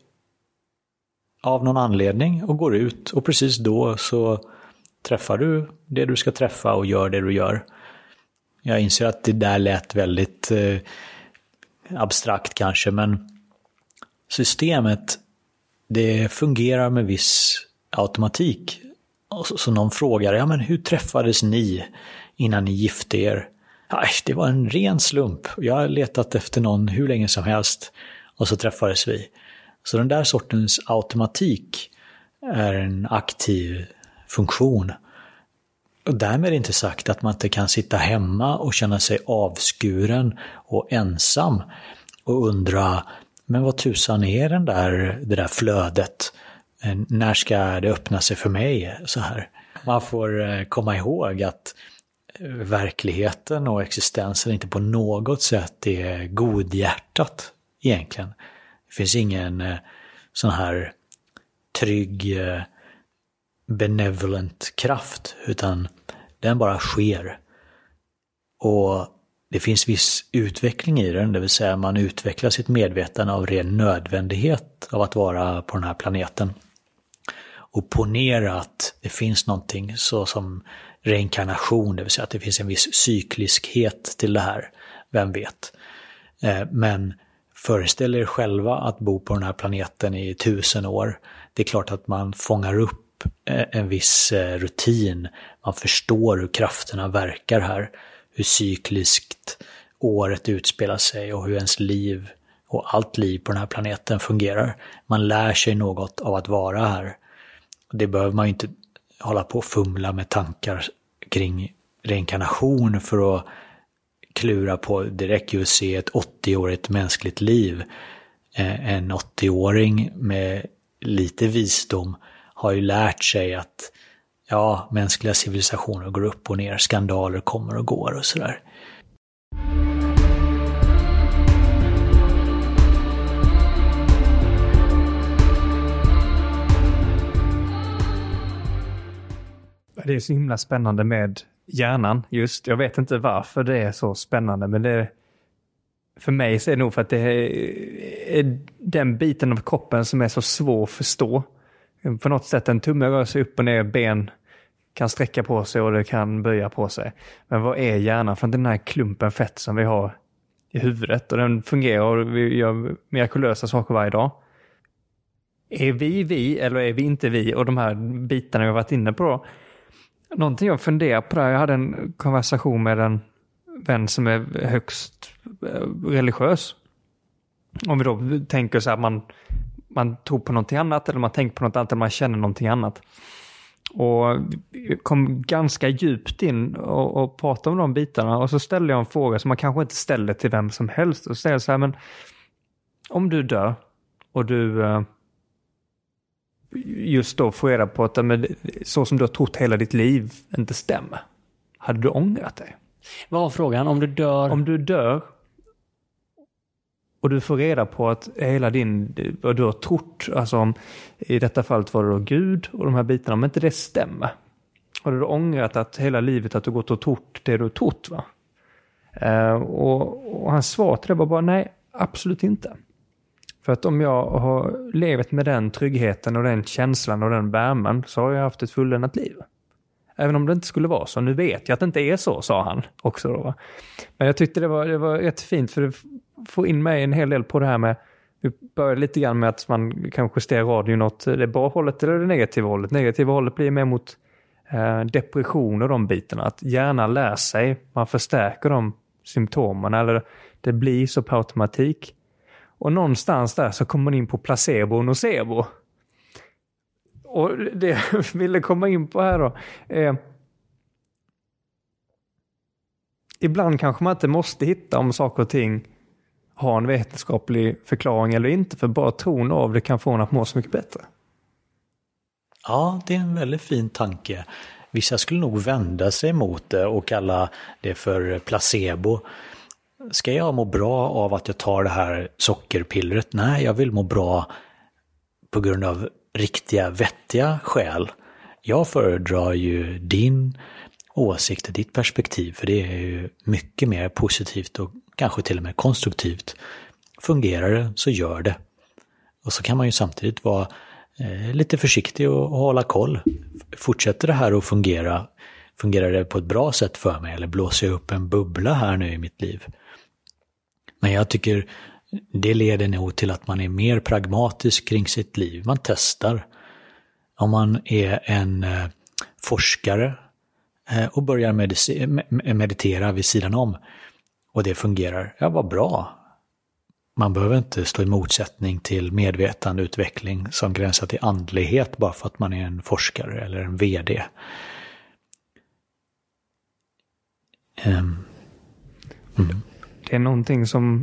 av någon anledning och går ut. Och precis då så träffar du det du ska träffa och gör det du gör. Jag inser att det där lät väldigt abstrakt kanske, men systemet, det fungerar med viss automatik. Så någon frågar, ja men hur träffades ni innan ni gifte er? Ja, det var en ren slump. Jag har letat efter någon hur länge som helst och så träffades vi. Så den där sortens automatik är en aktiv funktion. Och därmed inte sagt att man inte kan sitta hemma och känna sig avskuren och ensam och undra, men vad tusan är det där flödet? När ska det öppna sig för mig så här? Man får komma ihåg att verkligheten och existensen inte på något sätt är godhjärtat egentligen. Det finns ingen sån här trygg benevolent kraft, utan den bara sker. Och det finns viss utveckling i den, det vill säga man utvecklar sitt medvetande av ren nödvändighet av att vara på den här planeten. Och ponera att det finns någonting så som reinkarnation, det vill säga att det finns en viss cykliskhet till det här, vem vet. Men föreställ er själva att bo på den här planeten i 1000 år. Det är klart att man fångar upp en viss rutin. Man förstår hur krafterna verkar här. Hur cykliskt året utspelar sig och hur ens liv och allt liv på den här planeten fungerar. Man lär sig något av att vara här. Det behöver man ju inte hålla på och fumla med tankar kring reinkarnation för att klura på. Det räcker ju att se ett 80-årigt mänskligt liv. En 80-åring med lite visdom har ju lärt sig att ja, mänskliga civilisationer går upp och ner, skandaler kommer och går och sådär. Det är så himla spännande med hjärnan just. Jag vet inte varför det är så spännande, men det för mig så är det nog för att det är den biten av kroppen som är så svår att förstå. På något sätt en tumme rör sig upp och ner, ben kan sträcka på sig och det kan böja på sig. Men vad är hjärnan? För den här klumpen fett som vi har i huvudet, och den fungerar och vi gör mirakulösa saker varje dag. är vi eller är vi inte vi? Och de här bitarna jag varit inne på då. Någonting jag funderar på där, jag hade en konversation med en vän som är högst religiös. Om vi då tänker så här, man tror på någonting annat eller man tänker på något annat eller man känner någonting annat. Och kom ganska djupt in och pratade om de bitarna. Och så ställde jag en fråga som man kanske inte ställer till vem som helst. Och ställde så här, men om du dör och du just då får reda på att så som du har trott hela ditt liv inte stämmer. Hade du ångrat dig? Vad var frågan? Om du dör och du får reda på att hela vad du har trott, alltså om, i detta fallet var det då Gud och de här bitarna, om inte det stämmer. Har du då ångrat att hela livet att du gått och trott det du har trott, va? Och hans svar till det var bara nej, absolut inte. För att om jag har levt med den tryggheten och den känslan och den värmen så har jag haft ett fulländat liv. Även om det inte skulle vara så. Nu vet jag att det inte är så, sa han också då. Men jag tyckte det var rätt fint för det får in mig en hel del på det här med, vi började lite grann med att man kan justera radion åt det bra hållet eller det negativa hållet. Negativa hållet blir mer mot depression och de bitarna. Att hjärnan lär sig, man förstärker de symptomen eller det blir så på automatik. Och någonstans där så kommer man in på placebo och nocebo. Och det jag ville komma in på här då ibland kanske man inte måste hitta om saker och ting har en vetenskaplig förklaring eller inte, för bara tron av det kan få en att må så mycket bättre. Ja, det är en väldigt fin tanke. Vissa skulle nog vända sig mot det och kalla det för placebo. Ska jag må bra av att jag tar det här sockerpillret? Nej, jag vill må bra på grund av riktiga, vettiga skäl. Jag föredrar ju din åsikt, ditt perspektiv, för det är ju mycket mer positivt och kanske till och med konstruktivt. Fungerar det så gör det. Och så kan man ju samtidigt vara lite försiktig och hålla koll. Fortsätter det här att fungera? Fungerar det på ett bra sätt för mig eller blåser jag upp en bubbla här nu i mitt liv? Men jag tycker det leder nog till att man är mer pragmatisk kring sitt liv. Man testar. Om man är en forskare och börjar meditera vid sidan om och det fungerar, ja vad bra. Man behöver inte stå i motsättning till medvetandeutveckling som gränsar till andlighet bara för att man är en forskare eller en vd. Det är någonting som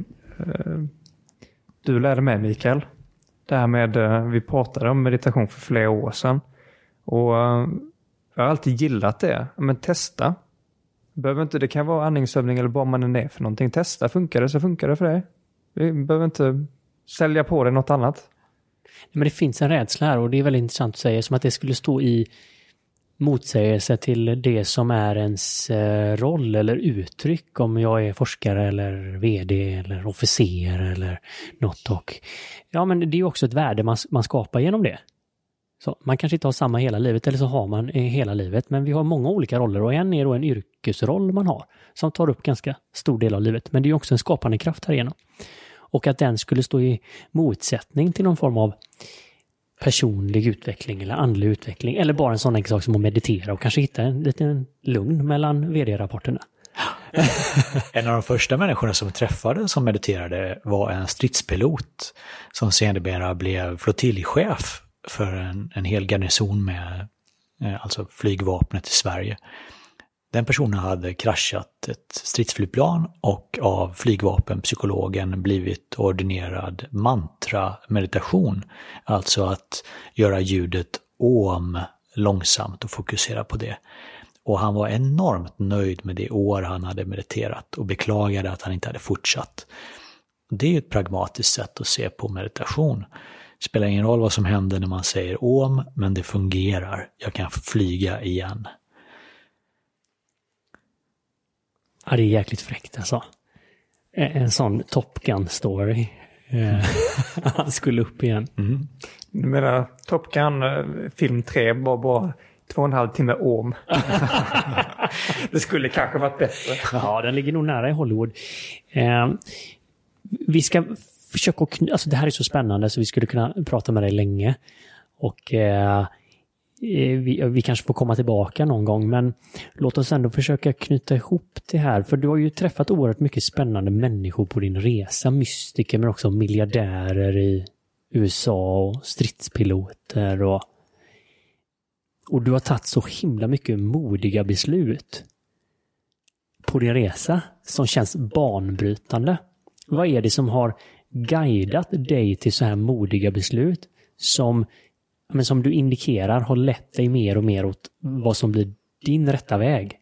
du lärde mig, Mikael. Det här med, vi pratade om meditation för flera år sedan. Och jag har alltid gillat det. Men testa. Behöver inte, det kan vara andningsövning eller vad man är för någonting. Testa, funkar det så funkar det för dig. Vi behöver inte sälja på det något annat. Men det finns en rädsla här och det är väldigt intressant att säga, som att det skulle stå i motsägelse till det som är ens roll eller uttryck, om jag är forskare eller vd eller officer eller något. Och ja, men det är ju också ett värde man skapar genom det. Så man kanske inte har samma hela livet, eller så har man hela livet, men vi har många olika roller och en är då en yrkesroll man har som tar upp ganska stor del av livet, men det är också en skapande kraft här igenom. Och att den skulle stå i motsättning till någon form av personlig utveckling eller andlig utveckling, eller bara en sån enkel sak som att meditera och kanske hitta en liten lugn mellan vd-rapporterna. En av de första människorna som träffade som mediterade var en stridspilot som senare blev flottiljchef för en hel garnison med alltså flygvapnet i Sverige. Den personen hade kraschat ett stridsflygplan och av flygvapenpsykologen blivit ordinerad mantra-meditation. Alltså att göra ljudet om långsamt och fokusera på det. Och han var enormt nöjd med det år han hade mediterat och beklagade att han inte hade fortsatt. Det är ett pragmatiskt sätt att se på meditation. Det spelar ingen roll vad som händer när man säger om, men det fungerar. Jag kan flyga igen. Ja, det är jäkligt fräckt alltså. En sån Top Gun-story. Han skulle upp igen. Mm. Du menar Top Gun film 3 var bara 2,5 timme om. Det skulle kanske varit bättre. Ja, den ligger nog nära i Hollywood. Vi ska försök att alltså det här är så spännande så vi skulle kunna prata med dig länge. Och vi kanske får komma tillbaka någon gång, men låt oss ändå försöka knyta ihop det här. För du har ju träffat oerhört mycket spännande människor på din resa. Mystiker, men också miljardärer i USA och stridspiloter. Och du har tagit så himla mycket modiga beslut på din resa som känns banbrytande. Vad är det som har guidat dig till så här modiga beslut som du indikerar har lett dig mer och mer åt vad som blir din rätta väg?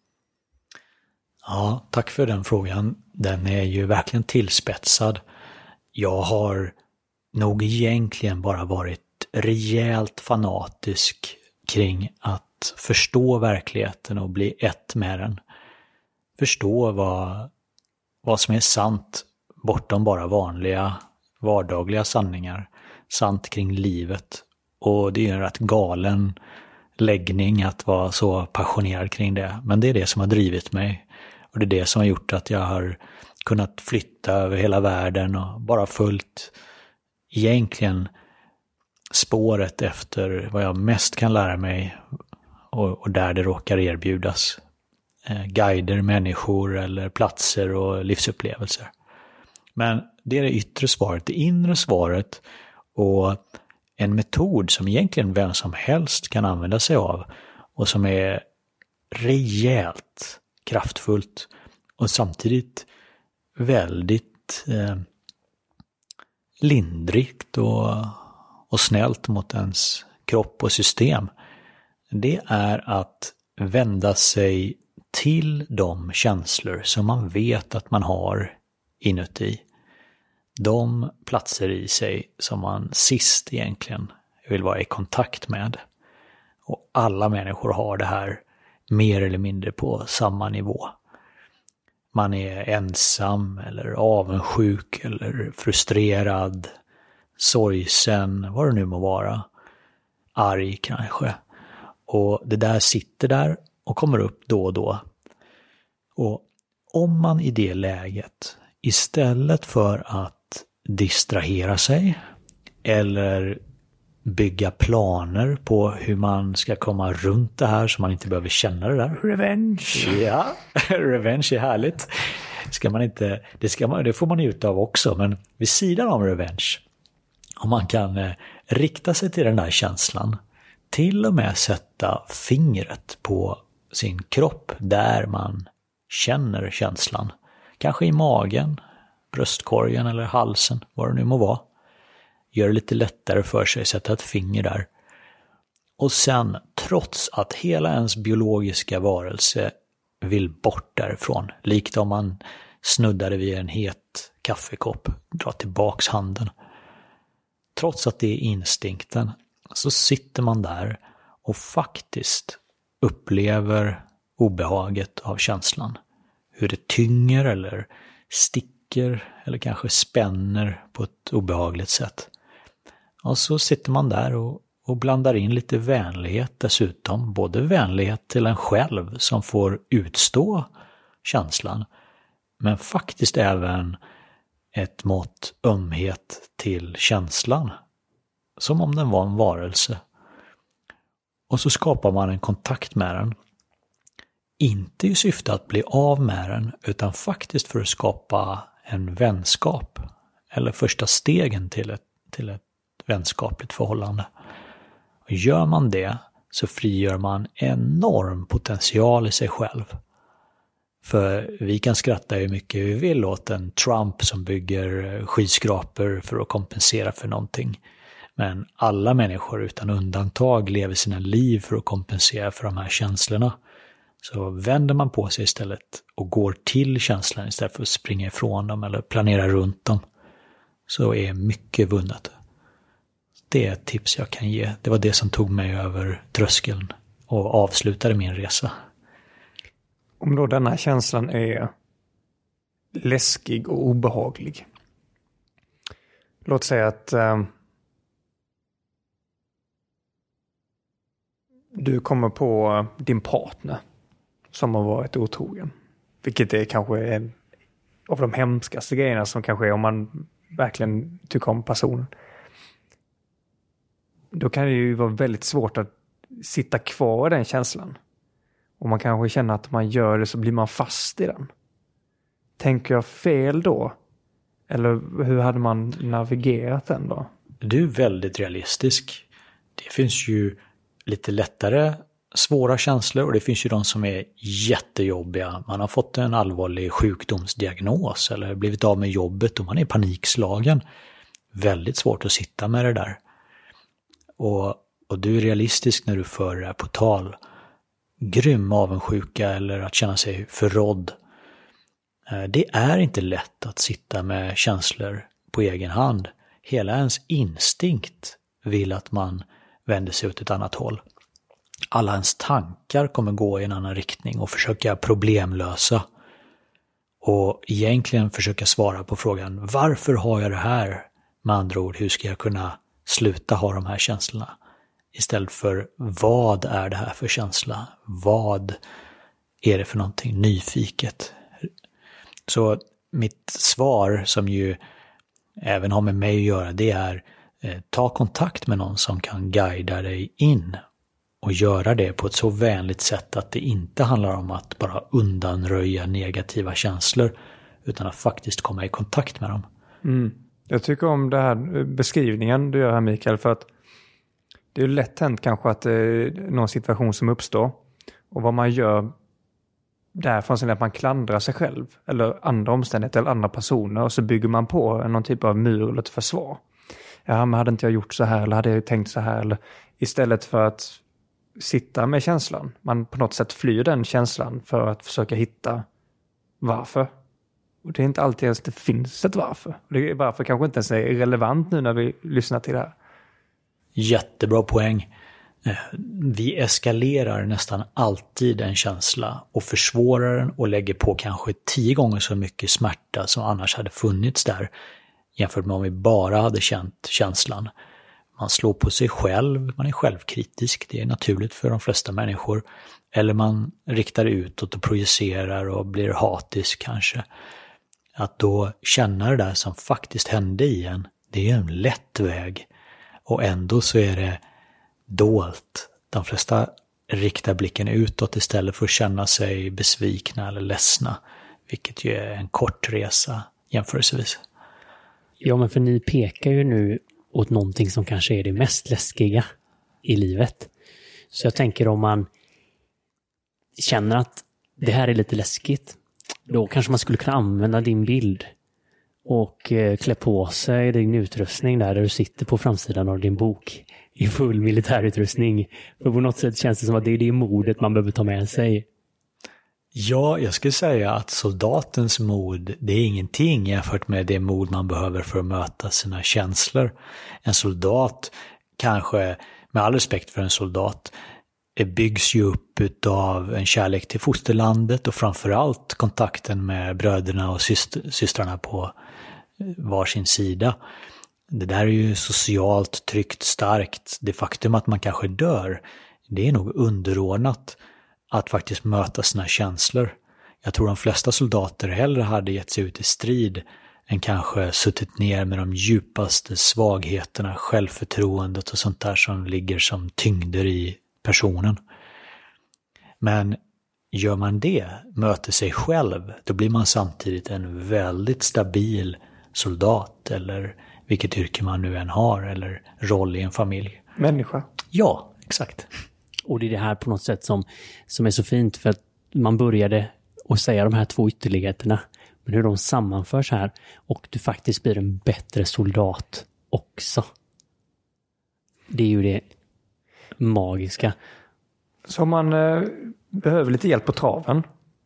Ja, tack för den frågan. Den är ju verkligen tillspetsad. Jag har nog egentligen bara varit rejält fanatisk kring att förstå verkligheten och bli ett med den. Förstå vad som är sant bortom bara vanliga vardagliga sanningar. Sant kring livet. Och det är en rätt galen läggning att vara så passionerad kring det. Men det är det som har drivit mig. Och det är det som har gjort att jag har kunnat flytta över hela världen och bara följt egentligen spåret efter vad jag mest kan lära mig och där det råkar erbjudas. Guider, människor eller platser och livsupplevelser. Men det är det yttre svaret, det inre svaret och en metod som egentligen vem som helst kan använda sig av och som är rejält kraftfullt och samtidigt väldigt lindrigt och snällt mot ens kropp och system. Det är att vända sig till de känslor som man vet att man har inuti. De platser i sig som man sist egentligen vill vara i kontakt med. Och alla människor har det här mer eller mindre på samma nivå. Man är ensam eller avundsjuk eller frustrerad, sorgsen, vad det nu må vara. Arg kanske. Och det där sitter där och kommer upp då och då. Och om man i det läget istället för att distrahera sig eller bygga planer på hur man ska komma runt det här så man inte behöver känna det där. Revenge. Ja, revenge är härligt. Det får man ut av också, men vid sidan av revenge, om man kan rikta sig till den där känslan, till och med sätta fingret på sin kropp där man känner känslan. Kanske i magen, bröstkorgen eller halsen, vad det nu må vara. Gör det lite lättare för sig, sätta ett finger där. Och sen, trots att hela ens biologiska varelse vill bort därifrån, likt om man snuddade vid en het kaffekopp, dra tillbaks handen. Trots att det är instinkten så sitter man där och faktiskt upplever obehaget av känslan. Hur det tynger eller sticker eller kanske spänner på ett obehagligt sätt. Och så sitter man där och blandar in lite vänlighet dessutom. Både vänlighet till en själv som får utstå känslan, men faktiskt även ett mått ömhet till känslan. Som om den var en varelse. Och så skapar man en kontakt med den. Inte i syfte att bli av med den, utan faktiskt för att skapa en vänskap. Eller första stegen till ett vänskapligt förhållande. Och gör man det så frigör man enorm potential i sig själv. För vi kan skratta hur mycket vi vill åt en Trump som bygger skyskrapor för att kompensera för någonting. Men alla människor utan undantag lever sina liv för att kompensera för de här känslorna. Så vänder man på sig istället och går till känslan istället för att springa ifrån dem eller planera runt dem, så är mycket vunnet. Det är ett tips jag kan ge. Det var det som tog mig över tröskeln och avslutade min resa. Om då denna känslan är läskig och obehaglig. Låt säga att du kommer på din partner som har varit otrogen. Vilket är kanske en av de hemskaste grejerna som kanske är om man verkligen tycker om personen. Då kan det ju vara väldigt svårt att sitta kvar i den känslan. Och man kanske känner att om man gör det så blir man fast i den. Tänker jag fel då? Eller hur hade man navigerat den då? Du är väldigt realistisk. Det finns ju lite lättare svåra känslor och det finns ju de som är jättejobbiga. Man har fått en allvarlig sjukdomsdiagnos eller blivit av med jobbet och man är panikslagen. Väldigt svårt att sitta med det där. Och du är realistisk när du för det här på tal. Grym avundsjuka eller att känna sig förrådd. Det är inte lätt att sitta med känslor på egen hand. Hela ens instinkt vill att man vänder sig åt ett annat håll. Alla ens tankar kommer gå i en annan riktning och försöka problemlösa. Och egentligen försöka svara på frågan, varför har jag det här? Med andra ord, hur ska jag kunna sluta ha de här känslorna? Istället för, vad är det här för känsla? Vad är det för någonting nyfiket? Så mitt svar, som ju även har med mig att göra, det är ta kontakt med någon som kan guida dig in och göra det på ett så vänligt sätt att det inte handlar om att bara undanröja negativa känslor utan att faktiskt komma i kontakt med dem. Jag tycker om det här beskrivningen du gör här, Mikael, för att det är lätt hänt kanske att det är någon situation som uppstår och vad man gör därifrån sen är att man klandrar sig själv eller andra omständigheter eller andra personer och så bygger man på någon typ av mur eller ett försvar. Ja, men hade inte jag gjort så här eller hade jag tänkt så här, eller istället för att sitta med känslan. Man på något sätt flyr den känslan för att försöka hitta varför. Och det är inte alltid ens det finns ett varför. Det är varför kanske inte ens är relevant nu när vi lyssnar till det här. Jättebra poäng. Vi eskalerar nästan alltid en känsla och försvårar den och lägger på kanske 10 gånger så mycket smärta som annars hade funnits där jämfört med om vi bara hade känt känslan. Man slår på sig själv, man är självkritisk, det är naturligt för de flesta människor. Eller man riktar utåt och projicerar och blir hatisk kanske. Att då känna det där som faktiskt hände i en, det är en lätt väg. Och ändå så är det dolt. De flesta riktar blicken utåt istället för att känna sig besvikna eller ledsna. Vilket ju är en kort resa jämförelsevis. Ja, men för ni pekar ju nu åt någonting som kanske är det mest läskiga i livet. Så jag tänker om man känner att det här är lite läskigt, då kanske man skulle kunna använda din bild och klä på sig din utrustning där du sitter på framsidan av din bok i full militärutrustning. För på något sätt känns det som att det är det modet man behöver ta med sig. Ja, jag skulle säga att soldatens mod, det är ingenting jämfört med det mod man behöver för att möta sina känslor. En soldat, kanske med all respekt för en soldat, byggs ju upp av en kärlek till fosterlandet och framförallt kontakten med bröderna och systrarna på varsin sida. Det där är ju socialt tryggt starkt. Det faktum att man kanske dör, det är nog underordnat att faktiskt möta sina känslor. Jag tror de flesta soldater hellre hade gett sig ut i strid än kanske suttit ner med de djupaste svagheterna, självförtroendet och sånt där som ligger som tyngder i personen. Men gör man det, möter sig själv, då blir man samtidigt en väldigt stabil soldat eller vilket yrke man nu än har eller roll i en familj. Människa. Ja, exakt. Och det är det här på något sätt som är så fint, för att man började att säga de här 2 ytterligheterna, men hur de sammanförs här och du faktiskt blir en bättre soldat också. Det är ju det magiska. Så om man behöver lite hjälp på traven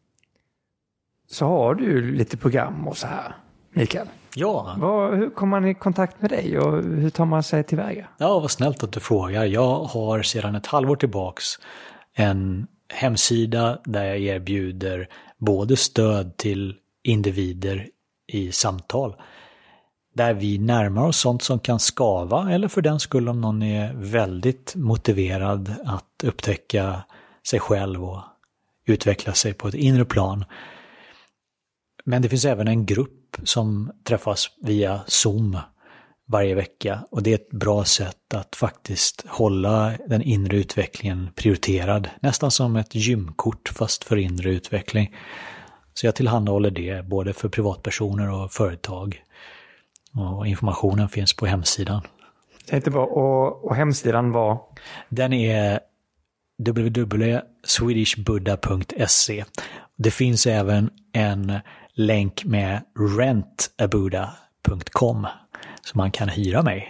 så har du lite program och så här, Mikael. Ja. Hur kommer man i kontakt med dig och hur tar man sig tillväga? Ja, vad snällt att du frågar. Jag har sedan ett halvår tillbaks en hemsida där jag erbjuder både stöd till individer i samtal där vi närmar oss sånt som kan skava eller för den skull om någon är väldigt motiverad att upptäcka sig själv och utveckla sig på ett inre plan. Men det finns även en grupp som träffas via Zoom varje vecka. Och det är ett bra sätt att faktiskt hålla den inre utvecklingen prioriterad. Nästan som ett gymkort fast för inre utveckling. Så jag tillhandahåller det både för privatpersoner och företag. Och informationen finns på hemsidan. Och hemsidan var? Den är www.swedishbuddha.se. Det finns även en länk med rentabuddha.com så man kan hyra mig.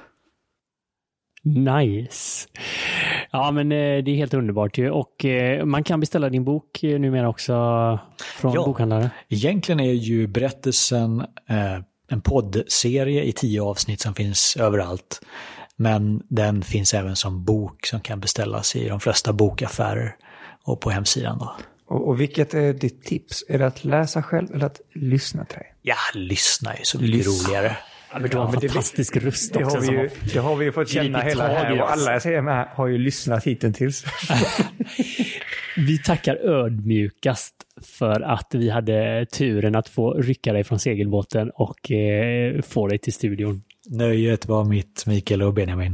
Nice. Ja, men det är helt underbart ju. Och man kan beställa din bok numera också från bokhandlare. Egentligen är ju berättelsen en poddserie i 10 avsnitt som finns överallt. Men den finns även som bok som kan beställas i de flesta bokaffärer och på hemsidan då. Och vilket är ditt tips? Är det att läsa själv eller att lyssna till dig? Ja, lyssna är så mycket roligare. Ja, men du har en fantastisk röst också. Det har vi ju fått känna hela här. Och alla jag säger med har ju lyssnat hittills. Vi tackar ödmjukast för att vi hade turen att få rycka dig från segelbåten och få dig till studion. Nöjet var mitt, Mikael och Benjamin.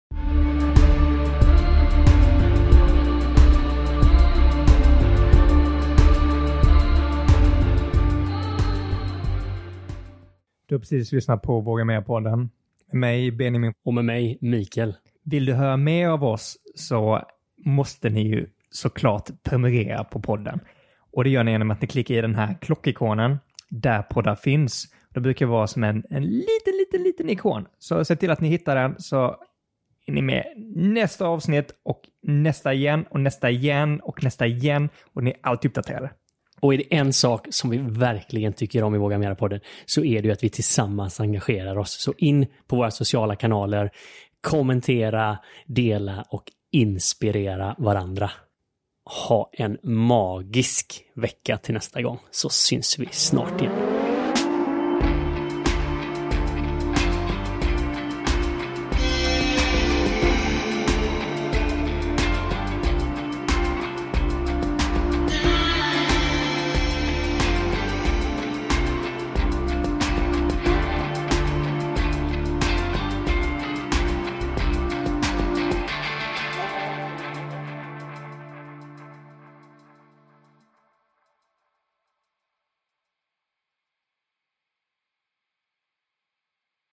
Du har precis lyssnat på Våga Mer-podden. Med mig, Benjamin. Och med mig, Mikael. Vill du höra mer av oss så måste ni ju såklart prenumerera på podden. Och det gör ni genom att ni klickar i den här klockikonen där poddar finns. Det brukar vara som en liten ikon. Så se till att ni hittar den så är ni med nästa avsnitt och nästa igen och nästa igen och nästa igen. Och ni är alltid uppdaterade. Och är det en sak som vi verkligen tycker om i Våga Mera-podden så är det ju att vi tillsammans engagerar oss. Så in på våra sociala kanaler, kommentera, dela och inspirera varandra. Ha en magisk vecka till nästa gång så syns vi snart igen.